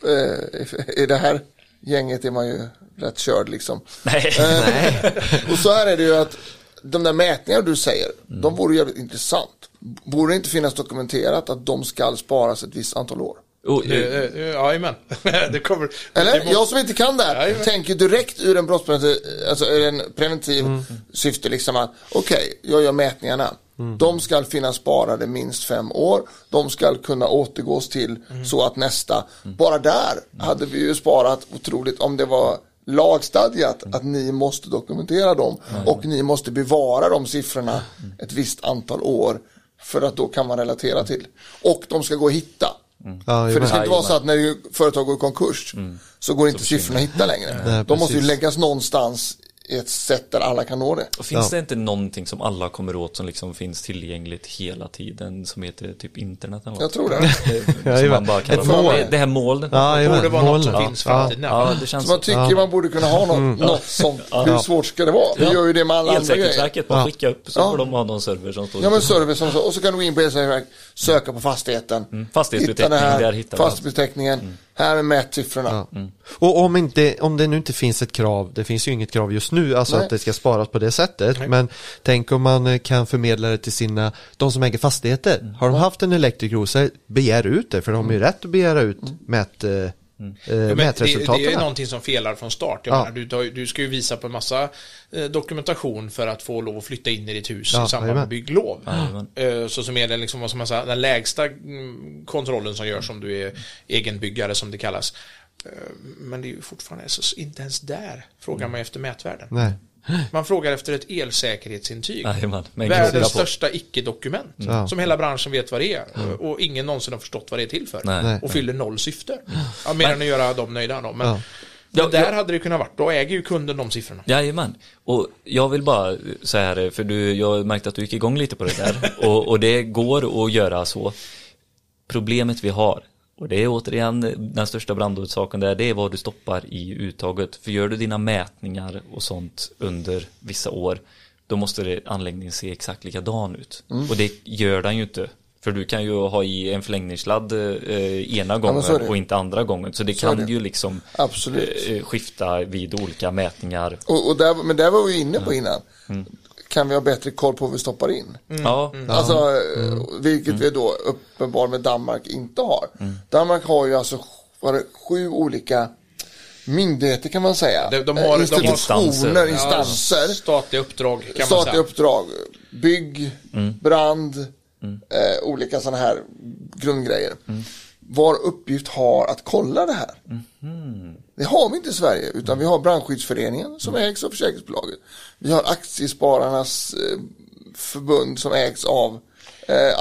Är det här gänget är man ju rätt körd liksom. Nej. Eh, Nej. Och så här är det ju att de där mätningar du säger, mm. de vore jävligt intressant. Borde det inte finnas dokumenterat att de ska sparas ett visst antal år? Oh, ja, men det kommer. Eller det jag som inte kan det här, ja, tänker direkt ur en brottspreventiv, alltså ur en preventiv mm. syfte liksom att okej, okay, jag gör mätningarna. Mm. De ska finnas sparade minst fem år. De ska kunna återgås till mm. så att nästa, mm. bara där mm. hade vi ju sparat otroligt om det var lagstadgat mm. att ni måste dokumentera dem mm. och ni måste bevara de siffrorna mm. ett visst antal år, för att då kan man relatera till. Och de ska gå att hitta. Mm. Ja, för det ska inte vara så att när företag går i konkurs mm. så går inte så siffrorna att hitta längre. Nej, de måste ju läggas någonstans i ett sätt där alla kan nå det. Och finns ja. det inte någonting som alla kommer åt som liksom finns tillgängligt hela tiden, som heter typ internet eller något? Jag tror det. det som man bara kallar ett mål. Det här molnet. Ja, det borde vara något som ja. finns framtiden. Ja. Ja, det känns så man tycker ja. man borde kunna ha något, mm. något som, ja. hur svårt ska det vara? Vi ja. gör ju det med alla andra grejer. Elsäkerhetsverket, bara skicka upp så ja. får de ha någon server som står. Ja, men server som så. Och så kan du gå in på Elsäkerhetsverket, söka på fastigheten. Mm. Fastighetsbeteckning, där hittar man. Fastighetsbeteckningen. Mm. Här är mätsiffrorna. Ja. Mm. Och om, inte, om det nu inte finns ett krav, det finns ju inget krav just nu, alltså Nej. att det ska sparas på det sättet. Nej. Men tänk om man kan förmedla det till sina, de som äger fastigheter. Mm. Har de haft en elektriker, så begär ut det, för de har ju rätt att begära ut mm. mät, Mm. Eh, det, det är ju någonting som felar från start. Jag ja. menar, du, tar, du ska ju visa på en massa eh, dokumentation för att få lov att flytta in i ditt hus ja, i samband med bygglov. Eh, så som är det liksom, vad ska man säga, den lägsta mm, kontrollen som görs om du är egenbyggare, som det kallas. Eh, men det är ju fortfarande så, inte ens där frågar mm. man efter mätvärden. Nej. Man frågar efter ett elsäkerhetsintyg. Ajman, världens största icke-dokument mm. som hela branschen vet vad det är mm. och ingen någonsin har förstått vad det är till för. Nej. Och fyller noll syfte. Ja, mer än att göra dem nöjda då. Men, ja. men ja, där ja. hade det kunnat vara. Då äger ju kunden de siffrorna. Jajamän. Och jag vill bara säga här, för du, jag märkte att du gick igång lite på det där. och, och det går att göra så. Problemet vi har, och det är återigen den största brandorsaken där, det är vad du stoppar i uttaget. För gör du dina mätningar och sånt under vissa år, då måste det, anläggningen se exakt likadan ut. Mm. Och det gör den ju inte. För du kan ju ha i en förlängningssladd eh, ena gången ja, och inte andra gången. Så det så kan det. ju liksom eh, skifta vid olika mätningar. Och, och där, men där var vi inne på innan. Mm. Kan vi ha bättre koll på vad vi stoppar in? Mm. Ja. Mm. Alltså, mm. vilket mm. vi då uppenbarligen med Danmark inte har. Mm. Danmark har ju alltså var det, sju olika myndigheter, kan man säga. De, de har institutioner, instanser, instanser ja, statliga uppdrag kan statliga man säga. uppdrag, bygg, mm. brand, mm. eh, olika sådana här grundgrejer. Mm. Var uppgift har att kolla det här. Mm. Det har vi inte i Sverige, utan mm. vi har Brandskyddsföreningen som mm. ägs av försäkringsbolaget. Vi har Aktiespararnas eh, förbund som ägs av eh,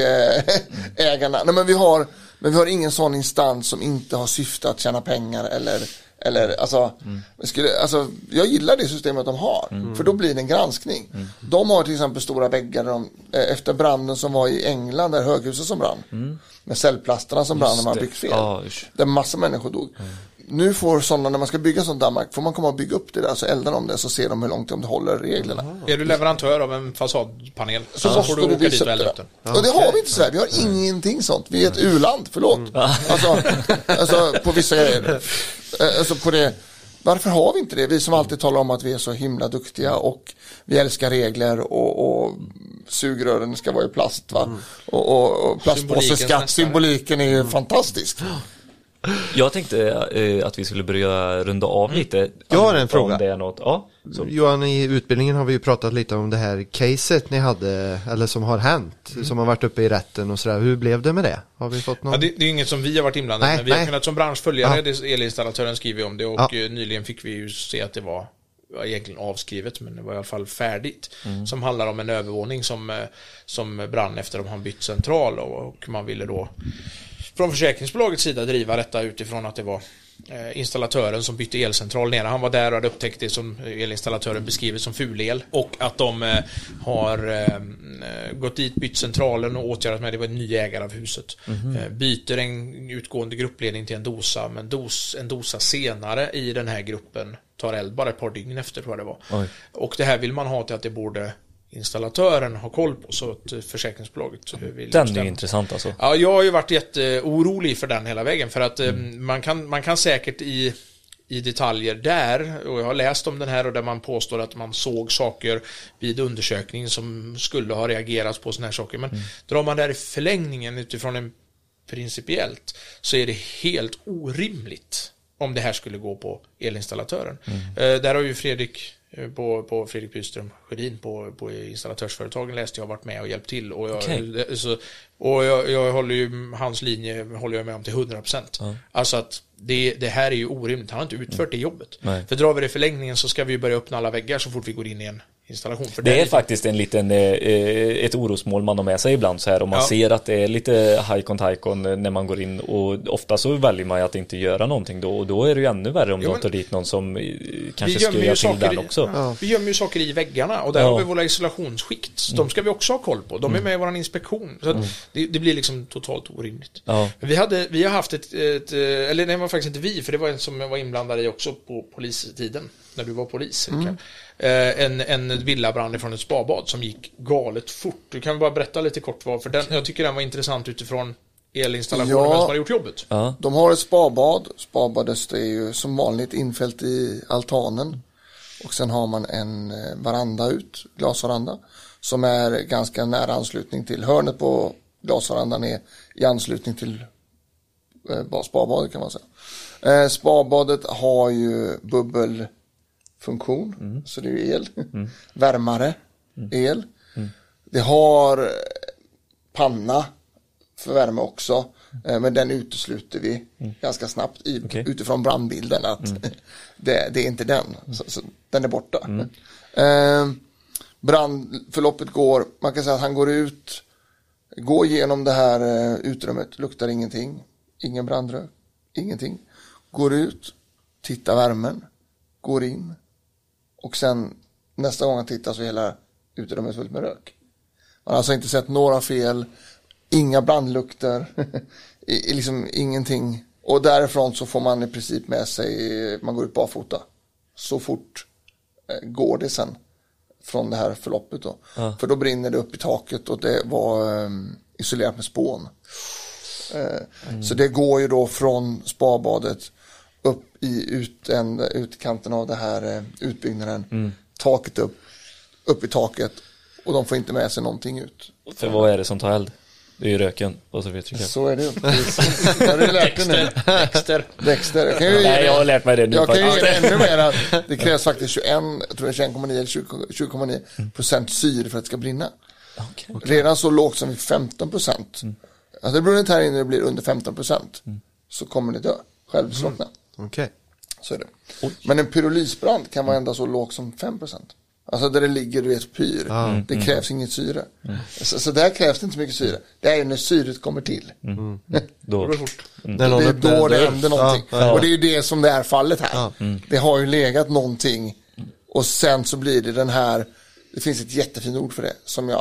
aktieägarna. Mm. Nej, men vi har men vi har ingen sån instans som inte har syfte att tjäna pengar eller eller alltså, mm. skulle, alltså jag gillar det systemet de har, mm. för då blir det en granskning. Mm. De har till exempel stora väggar där de, efter branden som var i England, där höghuset som brann. Mm. Med cellplasterna som brann när man byggt fel. Oh, där massa människor dog. Mm. nu får sådana, när man ska bygga sånt dammverk, får man komma och bygga upp det där, så eldar de det, så ser de hur långt de håller reglerna. Mm. Är du leverantör av en fasadpanel så, så så får du åka dit och elda upp den. Ja, och det har vi inte i Sverige, vi har ingenting sånt. Vi är ett u-land, förlåt. Mm. Alltså, alltså på vissa grejer. Alltså på det, varför har vi inte det? Vi som alltid talar om att vi är så himla duktiga och vi älskar regler och, och sugrören ska vara i plast, va? Mm. Och, och, och plastpåseskatt, symboliken är ju mm. fantastisk. Jag tänkte eh, att vi skulle börja runda av mm. lite. Jag har en fråga. Det är något. Ja, så. Johan, i utbildningen har vi ju pratat lite om det här caset ni hade, eller som har hänt, mm. som har varit uppe i rätten och sådär. Hur blev det med det? Har vi fått någon? Ja, det, det är inget som vi har varit inblandade nej, men vi har nej. kunnat som branschföljare, ja. Elinstallatören skriver om det och ja. nyligen fick vi ju se att det var egentligen avskrivet, men det var i alla fall färdigt, mm. som handlar om en övervåning som, som brann efter att de har bytt central och man ville då från försäkringsbolagets sida driva detta utifrån att det var eh, installatören som bytte elcentral nere. Han var där och hade upptäckt det som elinstallatören beskriver som fulel och att de eh, har eh, gått dit, bytt centralen och åtgärdat med det var en ny ägare av huset. Mm-hmm. Eh, byter en utgående gruppledning till en dosa, men dos, en dosa senare i den här gruppen tar eld bara ett par dygn efter, tror jag det var. Oj. Och det här vill man ha till att det borde installatören har koll på, så att försäkringsbolaget vill den är ju intressant alltså. Ja, jag har ju varit jätteorolig för den hela vägen, för att mm. man, kan, man kan säkert i, i detaljer där, och jag har läst om den här och där man påstår att man såg saker vid undersökningen som skulle ha reagerat på såna här saker, men mm. drar man där i förlängningen utifrån en principiellt, så är det helt orimligt om det här skulle gå på elinstallatören. Mm. Uh, där har ju Fredrik På, på Fredrik Byström Sjödin på, på installatörsföretagen läste jag, har varit med och hjälpt till och jag, okay. så, och jag, jag håller ju hans linje håller jag med om till hundra procent. Mm. Alltså att det, det här är ju orimligt, han har inte utfört det jobbet. Nej. För drar vi det i förlängningen så ska vi ju börja öppna alla väggar så fort vi går in i en installation. För det, det är lite... faktiskt en liten, eh, ett orosmål man har med sig ibland så här, om man ja. ser att det är lite hajkon tajkon när man går in, och ofta så väljer man att inte göra någonting då, och då är det ju ännu värre om ja, de tar dit någon som kanske ska göra till den också. Ja. Vi gömmer ju saker i väggarna och där ja. har vi våra isolationsskikt. Mm. De ska vi också ha koll på. De är med i vår inspektion. Så mm. det, det blir liksom totalt orimligt. Ja. Men vi, hade, vi har haft ett, ett, eller det var faktiskt inte vi, för det var en som var inblandad i också på polistiden, när du var polis. Mm. En, en villabrand från ett spabad som gick galet fort. Du kan bara berätta lite kort vad, för den, jag tycker den var intressant utifrån elinstallationen, ja, som har gjort jobbet. Ja. De har ett spabad. Spabadet är ju som vanligt infällt i altanen. Och sen har man en varanda ut, glasvaranda, som är ganska nära anslutning till hörnet på glasvarandan, är i anslutning till eh, spabadet, kan man säga. Eh, spabadet har ju bubbelfunktion, mm. så det är ju el. Mm. Värmare, mm. el. Mm. Det har panna för värme också, eh, men den utesluter vi mm. ganska snabbt i, okay. utifrån brandbilden att mm. det, det är inte den, så, så den är borta. Mm. Eh, brandförloppet går, man kan säga att han går ut, går igenom det här eh, utrymmet, luktar ingenting, ingen brandrök, ingenting. Går ut, tittar värmen, går in och sen nästa gång han tittar så är hela utrymmet fullt med rök. Man har alltså inte sett några fel, inga brandlukter, liksom ingenting. Och därifrån så får man i princip med sig, man går ut barfota. Så fort eh, går det sen från det här förloppet då. Ja. För då brinner det upp i taket och det var eh, isolerat med spån. Eh, mm. Så det går ju då från spabadet upp i ut, en, utkanten av det här eh, utbyggnaden. Mm. Taket upp, upp i taket. Och de får inte med sig någonting ut. För vad är det som tar eld? Det är ju röken. Och så, vet jag. Så är det ju. Har du lärt dig nu? Dexter. Dexter. Jag kan ju Nej, jag har lärt mig det nu. Jag kan ju ge ännu mer att det krävs faktiskt tjugoen, jag tror det är tjugoen komma nio eller tjugo komma nio procent syre för att det ska brinna. Okay, okay. Redan så lågt som vid femton procent. Mm. Alltså det beror inte här inne, det blir under femton procent. Mm. Så kommer det dö. Självslockna. Mm. Okej. Okay. Så är det. Oj. Men en pyrolysbrand kan vara ända så lågt som fem procent. Alltså där det ligger, du vet, pyr. Mm. Det krävs mm. inget syre. Mm. Så, så där krävs det inte så mycket syre. Det är ju när syret kommer till. Mm. Då. Det, mm. det är då det händer någonting. Ja, ja. Och det är ju det som det är fallet här. Ja. Mm. Det har ju legat någonting. Och sen så blir det den här, det finns ett jättefint ord för det som jag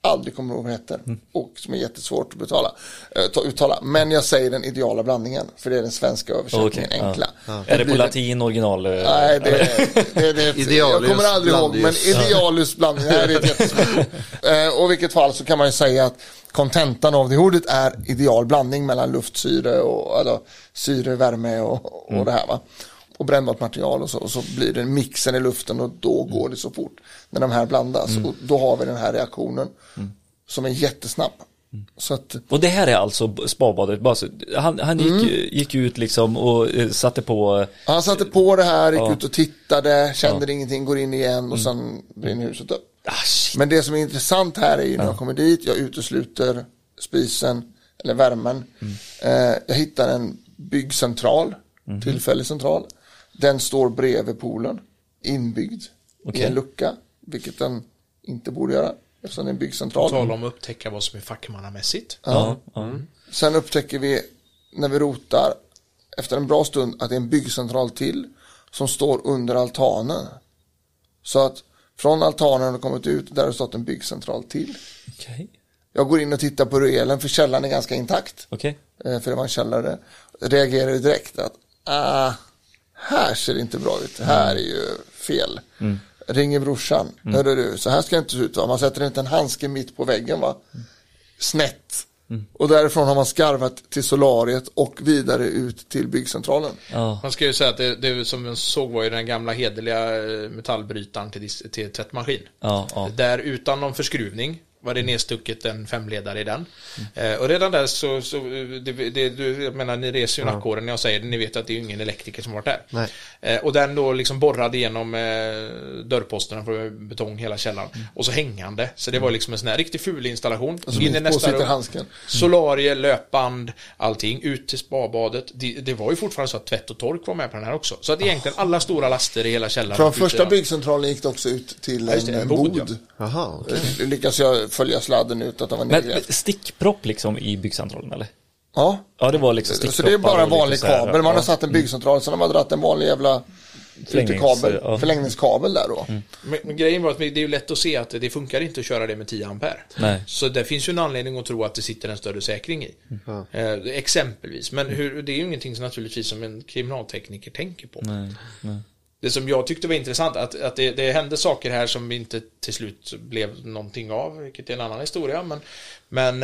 aldrig kommer ihåg vad det heter mm. och som är jättesvårt att betala, äh, uttala. Men jag säger den ideala blandningen, för det är den svenska översättningen, okay. enkla. Ja. Ja. Är det på det... latin original? Nej, det är, det är, det är jag kommer aldrig ihåg, men idealus blandning, nej, det är jättesvårt. äh, och i vilket fall så kan man ju säga att kontentan av det ordet är ideal blandning mellan luftsyre och eller, syre, värme och, och mm. det här va. Och brännbart material och så, och så blir det mixen i luften och då går det så fort när de här blandas mm. och då har vi den här reaktionen mm. som är jättesnabb. Mm. Så att, och det här är alltså spabadet, bara så, han, han gick, mm. gick ut liksom och uh, satte på han satte på det här, gick ja. ut och tittade, kände ja. ingenting, går in igen och mm. sen brinner huset upp. Ah, men det som är intressant här är ju när ja. jag kommer dit, jag utesluter spisen eller värmen mm. eh, jag hittar en byggcentral mm. tillfällig central. Den står bredvid poolen, inbyggd okay. i en lucka, vilket den inte borde göra eftersom det är en byggcentral. Tala om att upptäcka vad som är fackmannamässigt. Ja. Mm. Sen upptäcker vi när vi rotar efter en bra stund att det är en byggcentral till som står under altanen. Så att från altanen har kommit ut där har stått en byggcentral till. Okay. Jag går in och tittar på ruelen för källan är ganska intakt. Okay. För det var en källare. Reagerar direkt att ah, här ser det inte bra ut. Här är ju fel. Mm. Ringer brorsan. Mm. Hörru du, så här ska det inte se ut va? Man sätter inte en handske mitt på väggen va? Mm. Snett. Mm. Och därifrån har man skarvat till solariet och vidare ut till byggcentralen. Oh. Man ska ju säga att det, det som jag såg var ju den gamla hederliga metallbrytaren till, till tvättmaskin. Oh, oh. Där utan någon förskruvning var det nedstucket en femledare i den. Mm. Eh, och redan där så, så det, det, du, jag menar, ni reser ju nackhåren när jag säger det, ni vet att det är ingen elektriker som varit där. Nej. Eh, och den då liksom borrade igenom eh, dörrposterna för betong hela källaren. Mm. Och så hängande. Så det var liksom en sån här riktigt ful installation. Och så in i nästa rum. Handsken. Solarie, löpband, allting. Ut till spabadet. Det, det var ju fortfarande så att tvätt och tork var med på den här också. Så att egentligen alla stora laster i hela källaren. Från första byggcentralen gick det också ut till en, en, en bod. bod. Ja. Jaha, okay. eh, lyckas jag följa sladden ut att det var nedgrävt. Men stickpropp liksom i byggcentralen eller? Ja. Ja, det var liksom stickproppar. Så det är bara en vanlig kabel. Man har satt en byggcentral så de har dragit en vanlig jävla kabel, ja. förlängningskabel där då. Mm. Men, men grejen var att det är ju lätt att se att det funkar inte att köra det med tio ampere. Nej. Så det finns ju en anledning att tro att det sitter en större säkring i. Mm. Eh, exempelvis. Men hur, det är ju ingenting som naturligtvis som en kriminaltekniker tänker på. Nej. Nej. Det som jag tyckte var intressant att, att det, det hände saker här som inte till slut blev någonting av, vilket är en annan historia, men, men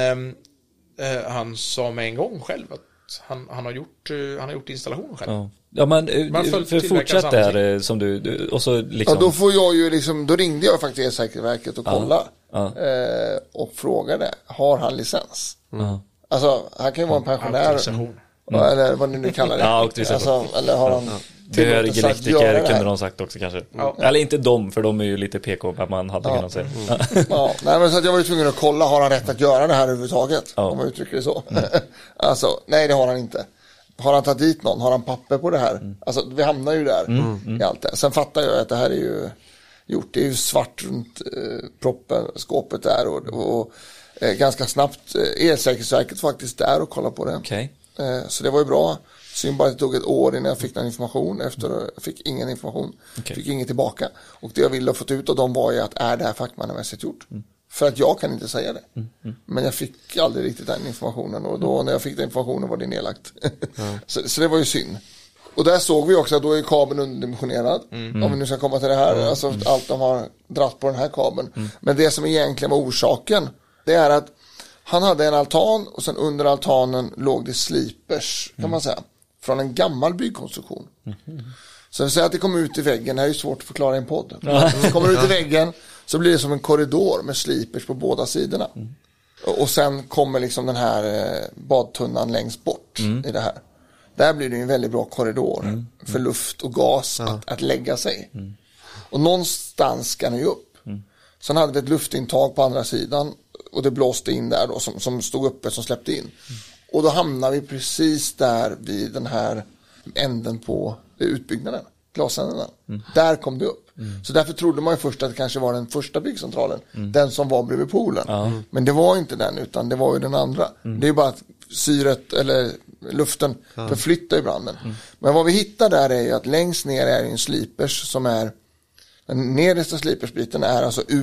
eh, han sa med en gång själv att han, han, har, gjort, eh, han har gjort installationen själv. Ja, ja men för fortsätt där som du, du och så liksom... Ja, då får jag ju liksom, då ringde jag faktiskt Elsäkerhetsverket och kolla ja. Ja. Eh, och frågade, har han licens? Mm. Alltså, han kan ju vara en pensionär mm. eller vad ni nu kallar det. Ja, alltså, eller har han... Ja. Behörig elektriker kunde de sagt också kanske. Ja. Eller inte de, för de är ju lite P K att man hade ja. kunnat säga. Mm. ja, nej, men så att jag var ju tvungen att kolla, har han rätt att göra det här överhuvudtaget? Ja. Om man uttrycker det så. Mm. alltså, nej det har han inte. Har han tagit dit någon? Har han papper på det här? Mm. Alltså, vi hamnar ju där mm. Mm. i allt det. Sen fattar jag att det här är ju gjort, det är ju svart runt eh, proppen, skåpet där och, och, och eh, ganska snabbt eh, Elsäkerhetsverket faktiskt där och kolla på det. Okay. Eh, så det var ju bra. Synd bara att det tog ett år innan jag fick den information. Efter jag fick ingen information. Okay. Fick inget tillbaka. Och det jag ville ha fått ut av dem var ju att är det här fackmannamässigt gjort? Mm. För att jag kan inte säga det. Mm. Mm. Men jag fick aldrig riktigt den informationen. Och då när jag fick den informationen var det nedlagt. Mm. så, så det var ju synd. Och där såg vi också att då är kabeln underdimensionerad. Mm. Om vi nu ska komma till det här. Mm. Alltså mm. allt de har dratt på den här kabeln. Mm. Men det som egentligen var orsaken. Det är att han hade en altan. Och sen under altanen låg det slipers. Kan mm. man säga. Från en gammal byggkonstruktion. Mm. Så vi säger att det kommer ut i väggen. Det här är ju svårt att förklara i en podd. Så kommer det ut i väggen så blir det som en korridor med slipers på båda sidorna. Mm. Och sen kommer liksom den här badtunnan längst bort mm. i det här. Där blir det en väldigt bra korridor mm. för luft och gas ja. att, att lägga sig. Mm. Och någonstans ska den ju upp. Mm. Sen hade vi ett luftintag på andra sidan och det blåste in där då som, som stod uppe som släppte in. Mm. Och då hamnar vi precis där vid den här änden på utbyggnaden, glasändarna. Mm. Där kom det upp. Mm. Så därför trodde man ju först att det kanske var den första byggcentralen, mm. den som var bredvid poolen. Mm. Men det var inte den, utan det var ju den andra. Mm. Det är ju bara att syret eller luften mm. förflyttar i branden. Mm. Men vad vi hittar där är ju att längst ner är en slipers som är, den nedersta slipersbiten är alltså U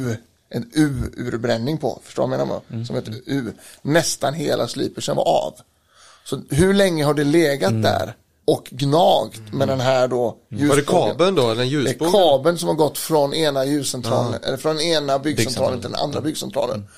en U-urbränning på, förstår du vad jag menar? Mm. Som heter U. Nästan hela slipersen var av. Så hur länge har det legat mm. där och gnagt med mm. den här då ljusbågen? Var det kabeln då, eller ljusbågen? Det är kabeln som har gått från ena ljuscentralen, ah. eller från ena byggcentralen till den andra byggcentralen. Mm.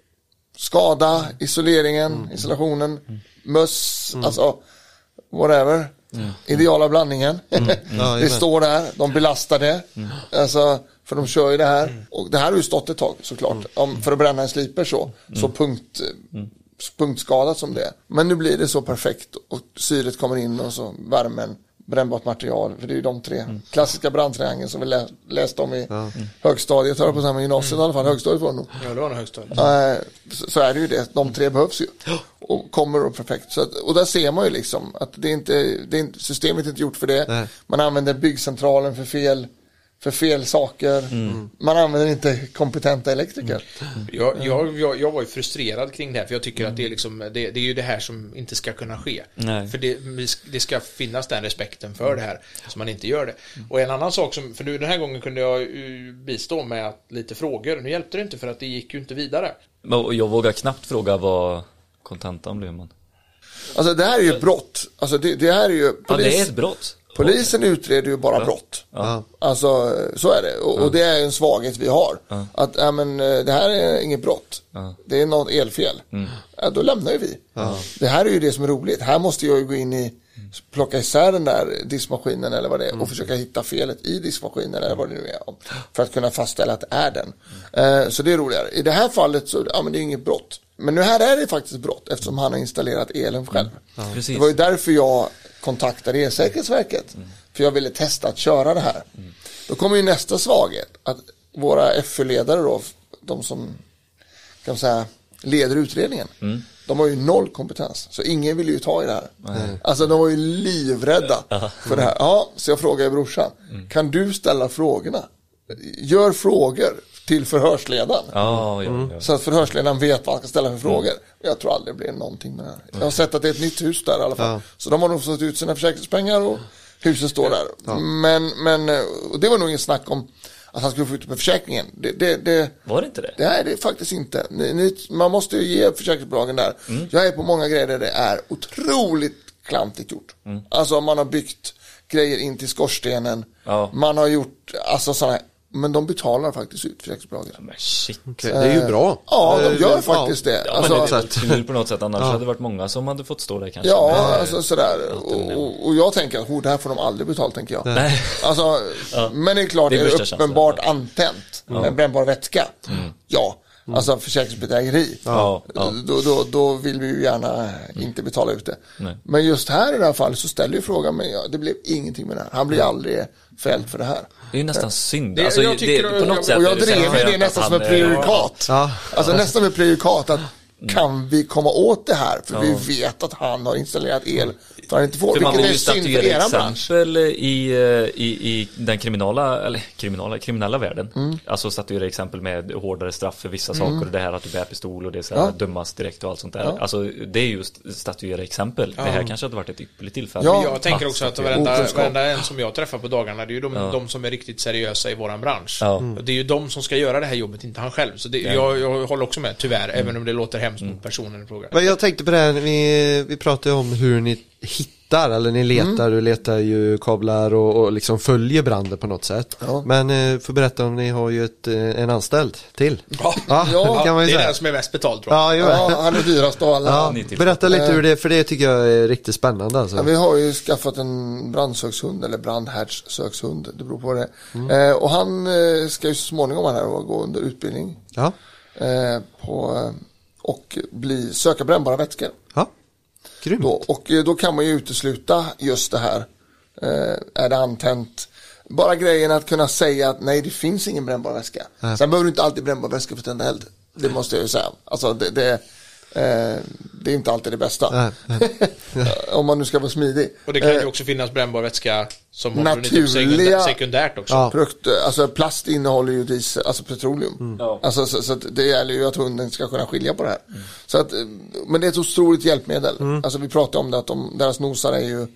Skada, isoleringen, mm. installationen, mm. möss, mm. alltså whatever. Mm. Ideala blandningen. Mm. Mm. Det står där, de belastar det. Mm. Alltså, för de kör ju det här. Mm. Och det här har ju stått ett tag såklart. Mm. Om, för att bränna en sliper så. Mm. Så punkt, mm. punktskadat som det är. Men nu blir det så perfekt. Och syret kommer in och så värmen. Brännbart material. För det är ju de tre mm. klassiska brandtriangeln som vi lä- läste om i mm. högstadiet. Jag hör på samma gymnasiet mm. i alla fall. Högstadiet var det nog. Ja, det var nog högstadiet. Äh, så, så är det ju det. De tre behövs ju. Och kommer då perfekt. Så att, och där ser man ju liksom att det är inte, det är inte, systemet är inte gjort för det. Nej. Man använder byggcentralen för fel för fel saker. Mm. Man använder inte kompetenta elektriker. Mm. Jag, jag, jag, jag var ju frustrerad kring det här, för jag tycker mm. att det är, liksom, det, det är ju det här som inte ska kunna ske. Nej. För det, det ska finnas den respekten för mm. det här, så man inte gör det. Mm. Och en annan sak, som, för nu den här gången kunde jag bistå med att, lite frågor. Nu hjälpte det inte, för att det gick ju inte vidare. Jag vågar knappt fråga vad kontentan blev, man. Alltså det här är ju brott. Alltså det, det här är ju polis... Ja, det är ett brott. Polisen utreder ju bara ja. brott. Ja. Alltså, så är det. Och, ja. och det är en svaghet vi har. Ja. Att, ja men, det här är inget brott. Ja. Det är något elfel. Mm. Ja, då lämnar ju vi. Ja. Det här är ju det som är roligt. Här måste jag ju gå in i, plocka isär den där diskmaskinen eller vad det är. Mm. Och försöka hitta felet i diskmaskinen eller vad det nu är. För att kunna fastställa att det är den. Mm. Så det är roligare. I det här fallet så, ja men det är inget brott. Men nu här är det faktiskt brott, eftersom han har installerat elen själv. Mm. Ja. Det var ju därför jag kontaktade E-säkerhetsverket. Mm. För jag ville testa att köra det här. Mm. Då kommer ju nästa svaghet. Att våra F U-ledare då, de som kan man säga leder utredningen. Mm. De har ju noll kompetens. Så ingen vill ju ta i det här. Mm. Alltså de var ju livrädda mm. för det här. Ja, så jag frågade brorsan. Mm. Kan du ställa frågorna? Gör frågor till förhörsledaren. Oh, ja, ja. Så att förhörsledaren vet vad han ska ställa för frågor. Mm. Jag tror aldrig det blir någonting med det här. Jag har sett att det är ett nytt hus där i alla fall. Ja. Så de har nog fått ut sina försäkringspengar och huset står där. Ja. Men, men och det var nog ingen snack om att han skulle få ut med försäkringen. Det, det, det, var det inte det? Det är det faktiskt inte. Ni, ni, man måste ju ge försäkringsbolagen där. Mm. Jag är på många grejer där det är otroligt klantigt gjort. Mm. Alltså man har byggt grejer in till skorstenen. Ja. Man har gjort alltså sådana här. Men de betalar faktiskt ut försäkringsbolagen. Men shit. Okay. Det är ju bra. Ja, de gör faktiskt det. Ja, alltså, men det är kul på något sätt. Annars ja. hade det varit många som hade fått stå där kanske. Ja, med, alltså sådär. Och, och jag tänker att oh, det här får de aldrig betalt, tänker jag. Nej. Alltså, ja. Men det är klart, det är, är uppenbart ja. antänt med ja. brännbar vätska. Mm. Ja. Mm. Alltså försäkringsbedrägeri. Ja, ja. Då, då, då vill vi ju gärna mm. inte betala ut det. Nej. Men just här i det här fallet så ställer ju frågan, men ja, det blev ingenting med det här. Han blir mm. aldrig fälld för det här. Det är ju nästan synd. Det, alltså, jag tycker, det, på något och sätt och jag drev det, det nästan som ett prejudikat. Ja. Alltså nästan med prejudikat att kan vi komma åt det här? För ja. vi vet att han har installerat el för att inte få. För man vill ju statuera exempel i, i, i den kriminala, eller kriminala, kriminella världen. Mm. Alltså statuera exempel med hårdare straff för vissa mm. saker. Och det här att du bär pistol och det är så här ja. dömas direkt och allt sånt där. Ja. Alltså det är just statuera exempel. Ja. Det här kanske hade varit ett ypperligt tillfälle. Ja. Jag tänker också att varenda, varenda en som jag träffar på dagarna, det är ju de, ja. de som är riktigt seriösa i våran bransch. Ja. Mm. Det är ju de som ska göra det här jobbet, inte han själv. Så det, ja. jag, jag håller också med, tyvärr, mm. även om det låter hemskt mot personen i fråga. Men jag tänkte på det här, vi, vi pratade om hur ni hittar, eller ni letar, mm. du letar ju kablar och, och liksom följer branden på något sätt. Ja. Men eh, för berätta om ni har ju ett, en anställd till. Ja, ja, ja kan man ju det är säga. Den som är mest betald, tror jag. Ja, ja, han är dyrast av alla. Ja, berätta lite hur det, för det tycker jag är riktigt spännande. Alltså. Ja, vi har ju skaffat en brandsökshund, eller brandhärdssökshund, det beror på det. Mm. Eh, och han eh, ska ju så småningom här och gå under utbildning. Ja. Eh, på, och bli, söka brännbara vätskor. Ja. Då, och då kan man ju utesluta just det här. Eh, är det antänt? Bara grejen att kunna säga att nej, det finns ingen brännbar väska. Nej. Sen behöver du inte alltid brännbar väska för att tända eld. Det måste jag ju säga. Alltså det, det, eh, det är inte alltid det bästa. Nej, nej. Om man nu ska vara smidig. Och det kan ju också finnas brännbar väska som naturliga sekundärt också. Ja. Produkt, alltså plast innehåller ju diesel, alltså petroleum. Mm. Ja. Alltså, så, så att det gäller ju att hunden ska kunna skilja på det här. Mm. Så att, men det är ett otroligt hjälpmedel. Mm. Alltså vi pratar om det att de, deras nosar är ju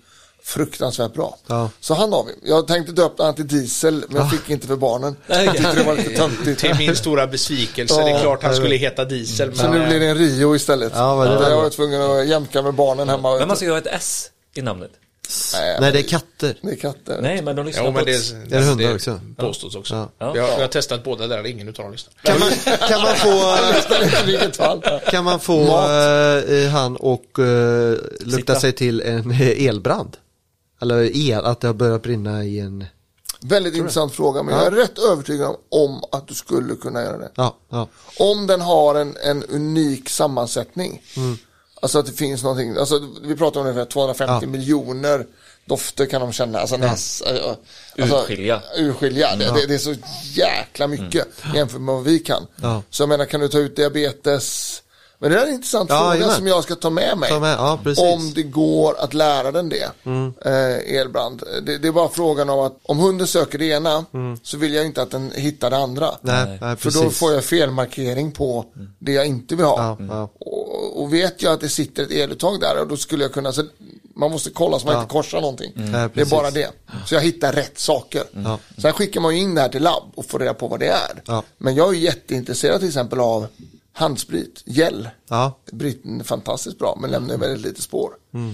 fruktansvärt bra. Ja. Så han har vi. Jag tänkte döpa han till Diesel, men jag fick inte för barnen. Jag tyckte det var lite töntigt. Till min stora besvikelse, det är klart han skulle heta Diesel. Så Men nu blir det en Rio istället. Ja, vad det Där var. jag var tvungen att jämka med barnen hemma. Men man ska ju ha ett S i namnet. Nej, Nej, det är katter. det är katter. Nej, men de lyssnar Ja, på men det, ett... det, Är det hundar också? påstås också. Ja. Ja. Jag, jag har testat båda där, ingen utav dem lyssnar. Kan man, kan man få, I vilket fall. kan man få eh, han och eh, lukta Sitta. sig till en eh, elbrand? Eller el, att det har börjat brinna i en... Väldigt intressant fråga, men jag är rätt övertygad om att du skulle kunna göra det. Ja, ja. Om den har en, en unik sammansättning. Mm. Alltså att det finns någonting, alltså vi pratar om ungefär tvåhundrafemtio Ja. miljoner dofter kan de känna. Alltså, näs, alltså, Urskilja. Urskilja. Det, det, det är så jäkla mycket jämfört med vad vi kan. Ja. Så jag menar, kan du ta ut diabetes? Men det är en intressant Ja, fråga jajamän. som jag ska ta med mig. Ta med, ja, precis. Om det går att lära den det. Mm. Eh, elbrand. Det, det är bara frågan om att om hunden söker det ena Mm. så vill jag inte att den hittar det andra. Nej, Nej. nej, För precis. då får jag felmarkering på det jag inte vill ha. Ja, ja. Och, och vet jag att det sitter ett eluttag där, och då skulle jag kunna, så man måste kolla så man Ja. inte korsar någonting. Nej, Det är precis. bara det. Så jag hittar rätt saker. Ja. Sen skickar man ju in det här till labb och får reda på vad det är. Ja. Men jag är jätteintresserad till exempel av handsprit, gel. Ja, Britten är fantastiskt bra, men lämnar ju väldigt lite spår.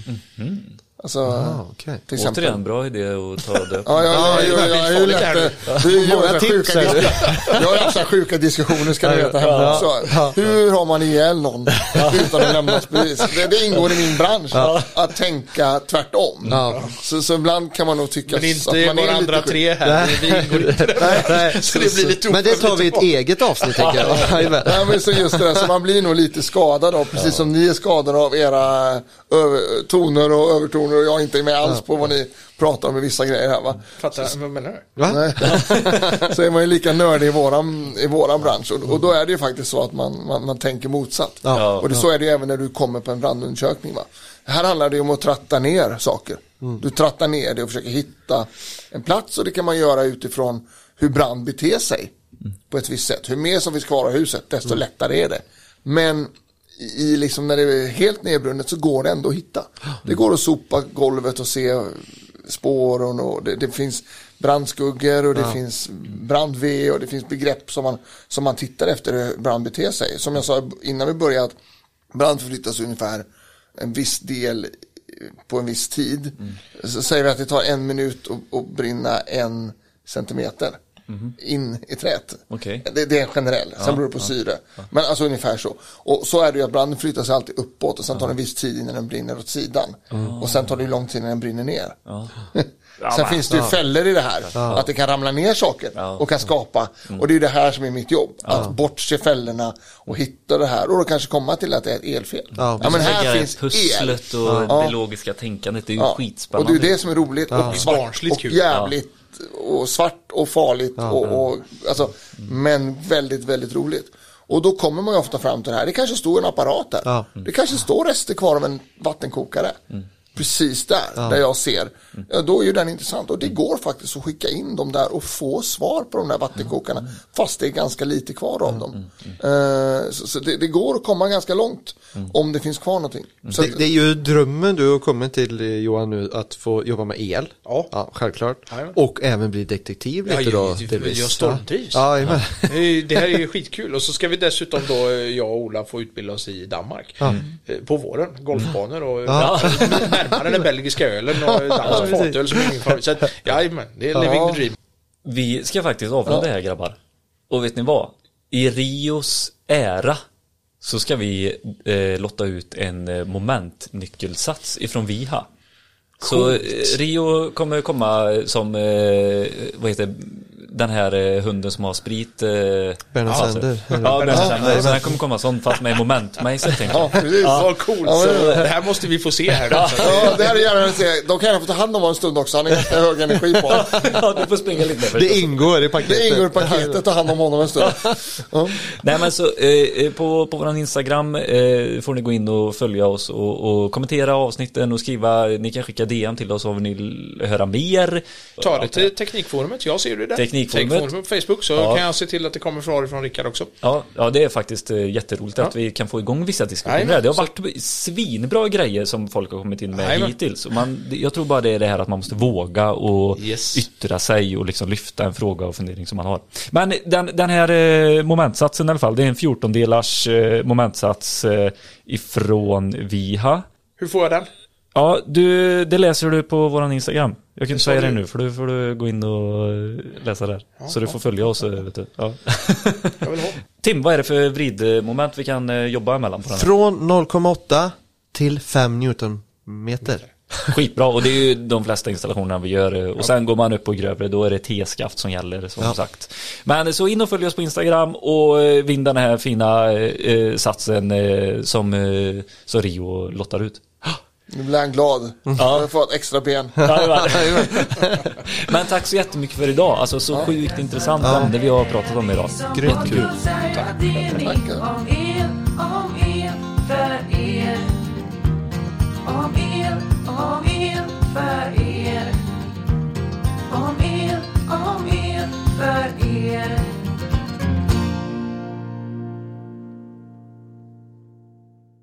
Alltså, ah, okej. till exempel. Återigen, bra idé att ta det. Ja, ja, ja, ja, ja, jag är ju lätt. Det är ju Många många tips sjuka här. diskussioner. Jag har haft så här sjuka diskussioner, ska ni veta hemma också. Hur har man ihjäl någon utan att lämna bevis? Det, det ingår i min bransch att tänka tvärtom. Ja. Så, så ibland kan man nog tycka Men inte att man våra är andra lite sjuk. tre här. Vi ingår inte i det. Nej, Så det blir lite men det tar vi ett oförlåtligt. eget avsnitt, tänker jag. Jajamän. Nej, men så just det där, så man blir nog lite skadad av, precis som ni är skadade av era över, toner och övertoner, och jag inte är med alls på vad ni pratar om i vissa grejer här, va? Fattar, vad menar du? Va? Nej. Så är man ju lika nördig i våran, i våran bransch, och, och då är det ju faktiskt så att man, man, man tänker motsatt. Ja. Och det, så är det ju även när du kommer på en brandundersökning, va? Här handlar det ju om att tratta ner saker. Du trattar ner det och försöker hitta en plats, och det kan man göra utifrån hur brand beter sig på ett visst sätt. Hur mer som finns kvar av huset, desto lättare är det. Men i liksom när det är helt nedbrunnet så går det ändå att hitta. Det går att sopa golvet och se spår, och det, det finns brandskuggor, och det Ja. finns brandve, och det finns begrepp som man, som man tittar efter hur brand beter sig. Som jag sa innan vi började, att brand förflyttas ungefär en viss del på en viss tid. Mm. Så säger vi att det tar en minut att, att brinna en centimeter in i trät. Okej. Det, det är generell, sen Ja, beror det på ja, syre. Men alltså ungefär så. Och så är det ju att branden flyttar sig alltid uppåt, och sen tar det en viss tid innan den brinner åt sidan. Och sen tar det ju lång tid innan den brinner ner. Ja. Sen men- finns det ju fällor i det här. Att det kan ramla ner saker Ja. och kan skapa. Och det är ju det här som är mitt jobb. Att bortse fällorna och hitta det här. Och då kanske komma till att det är ett elfel. Ja, Ja, men här Lägga finns el. pusslet och Ja. det logiska tänkandet, det är ju Ja. Och skitspännande. det är ju det som är roligt. Och svart Barnsligt och kul. jävligt. Och svart och farligt. Och, och, alltså, men väldigt, väldigt roligt. Och då kommer man ju ofta fram till det här. Det kanske står en apparat där. Ja. Det kanske står rester kvar av en vattenkokare. Precis där, där jag ser. Ja, då är ju den intressant. Och det går faktiskt att skicka in dem där och få svar på de där vattenkokarna. Fast det är ganska lite kvar av dem. Eh, så så det, det går att komma ganska långt om det finns kvar någonting. Så Det, det är ju drömmen du har kommit till, eh, Johan, nu, att få jobba med el. Ja. självklart. Ja. Och även bli detektiv lite Ja, då. jag- jag- delvis. jag stormtrivs. Ja, jajamän. Det är- Det här är ju skitkul. Och så ska vi dessutom då, jag och Ola, få utbilda oss i Danmark. Ja. Eh, På våren, golfbanor och Ja. närmare den belgiska ölen och dansk fatöl som är min favorit. Så att, jajamän, det är living the dream. Vi ska faktiskt avrunda här, grabbar. Och vet ni vad? I Rios ära så ska vi eh, lotta ut en eh, momentnyckelsats ifrån Viha. Så eh, Rio kommer komma som eh, vad heter den här eh, hunden som har sprit eh, Bernard ja, Sander. Ja, Bernard Sander. Så den kommer komma sån fast med momentmejsel, tänker jag. ja, precis. Vad coolt. Ja, men- Så det här måste vi få se här. då. Så att- Ja, det här är gärna att se. De kan gärna få ta hand om honom en stund också. Han är ganska hög energi på honom. Ja, du får springa lite mer. Det ingår i paketet. Det ingår i paketet att ta hand om honom en stund. Ja. Nej, men så eh, på, på vår Instagram eh, får ni gå in och följa oss och, och kommentera avsnitten och skriva, ni kan skicka D M till oss om ni vill höra mer. Ta det till Teknikforumet, jag ser det där. Teknikforumet Teknikforumet på Facebook, så ja. kan jag se till att det kommer frågor från Rickard också. Ja, ja, det är faktiskt jätteroligt ja. att vi kan få igång vissa diskussioner. Jajamän. Det har varit svinbra grejer som folk har kommit in med Jajamän. hittills. Man, jag tror bara det är det här att man måste våga och yes. yttra sig och liksom lyfta en fråga och fundering som man har. Men den, den här eh, momentsatsen i alla fall, det är en fjorton-delars eh, momentsats eh, ifrån Viha. Hur får jag den? Ja, du, det läser du på våran Instagram. Jag kan inte säga det nu, för du får du gå in och läsa där. Ja, så ja. du får följa oss, vet du. Ja. Jag vill ha. Tim, vad är det för vridmoment vi kan jobba emellan på den här? Från noll komma åtta till fem newtonmeter. Skitbra, och det är ju de flesta installationerna vi gör. Och sen går man upp på grövre, då är det T-skaft som gäller, som ja. sagt. Men så in och följ oss på Instagram och vinn den här fina eh, satsen eh, som, eh, som Rio lottar ut. Nu blir han glad. Ja. Jag får ett extra ben. Men tack så jättemycket för idag. Alltså så ja. sjukt intressant ja. ämne vi har pratat om idag. Grymt kul. Tack. Tack. Om er, om er, för er. Om er, om er, för er. Om er, om er, för er.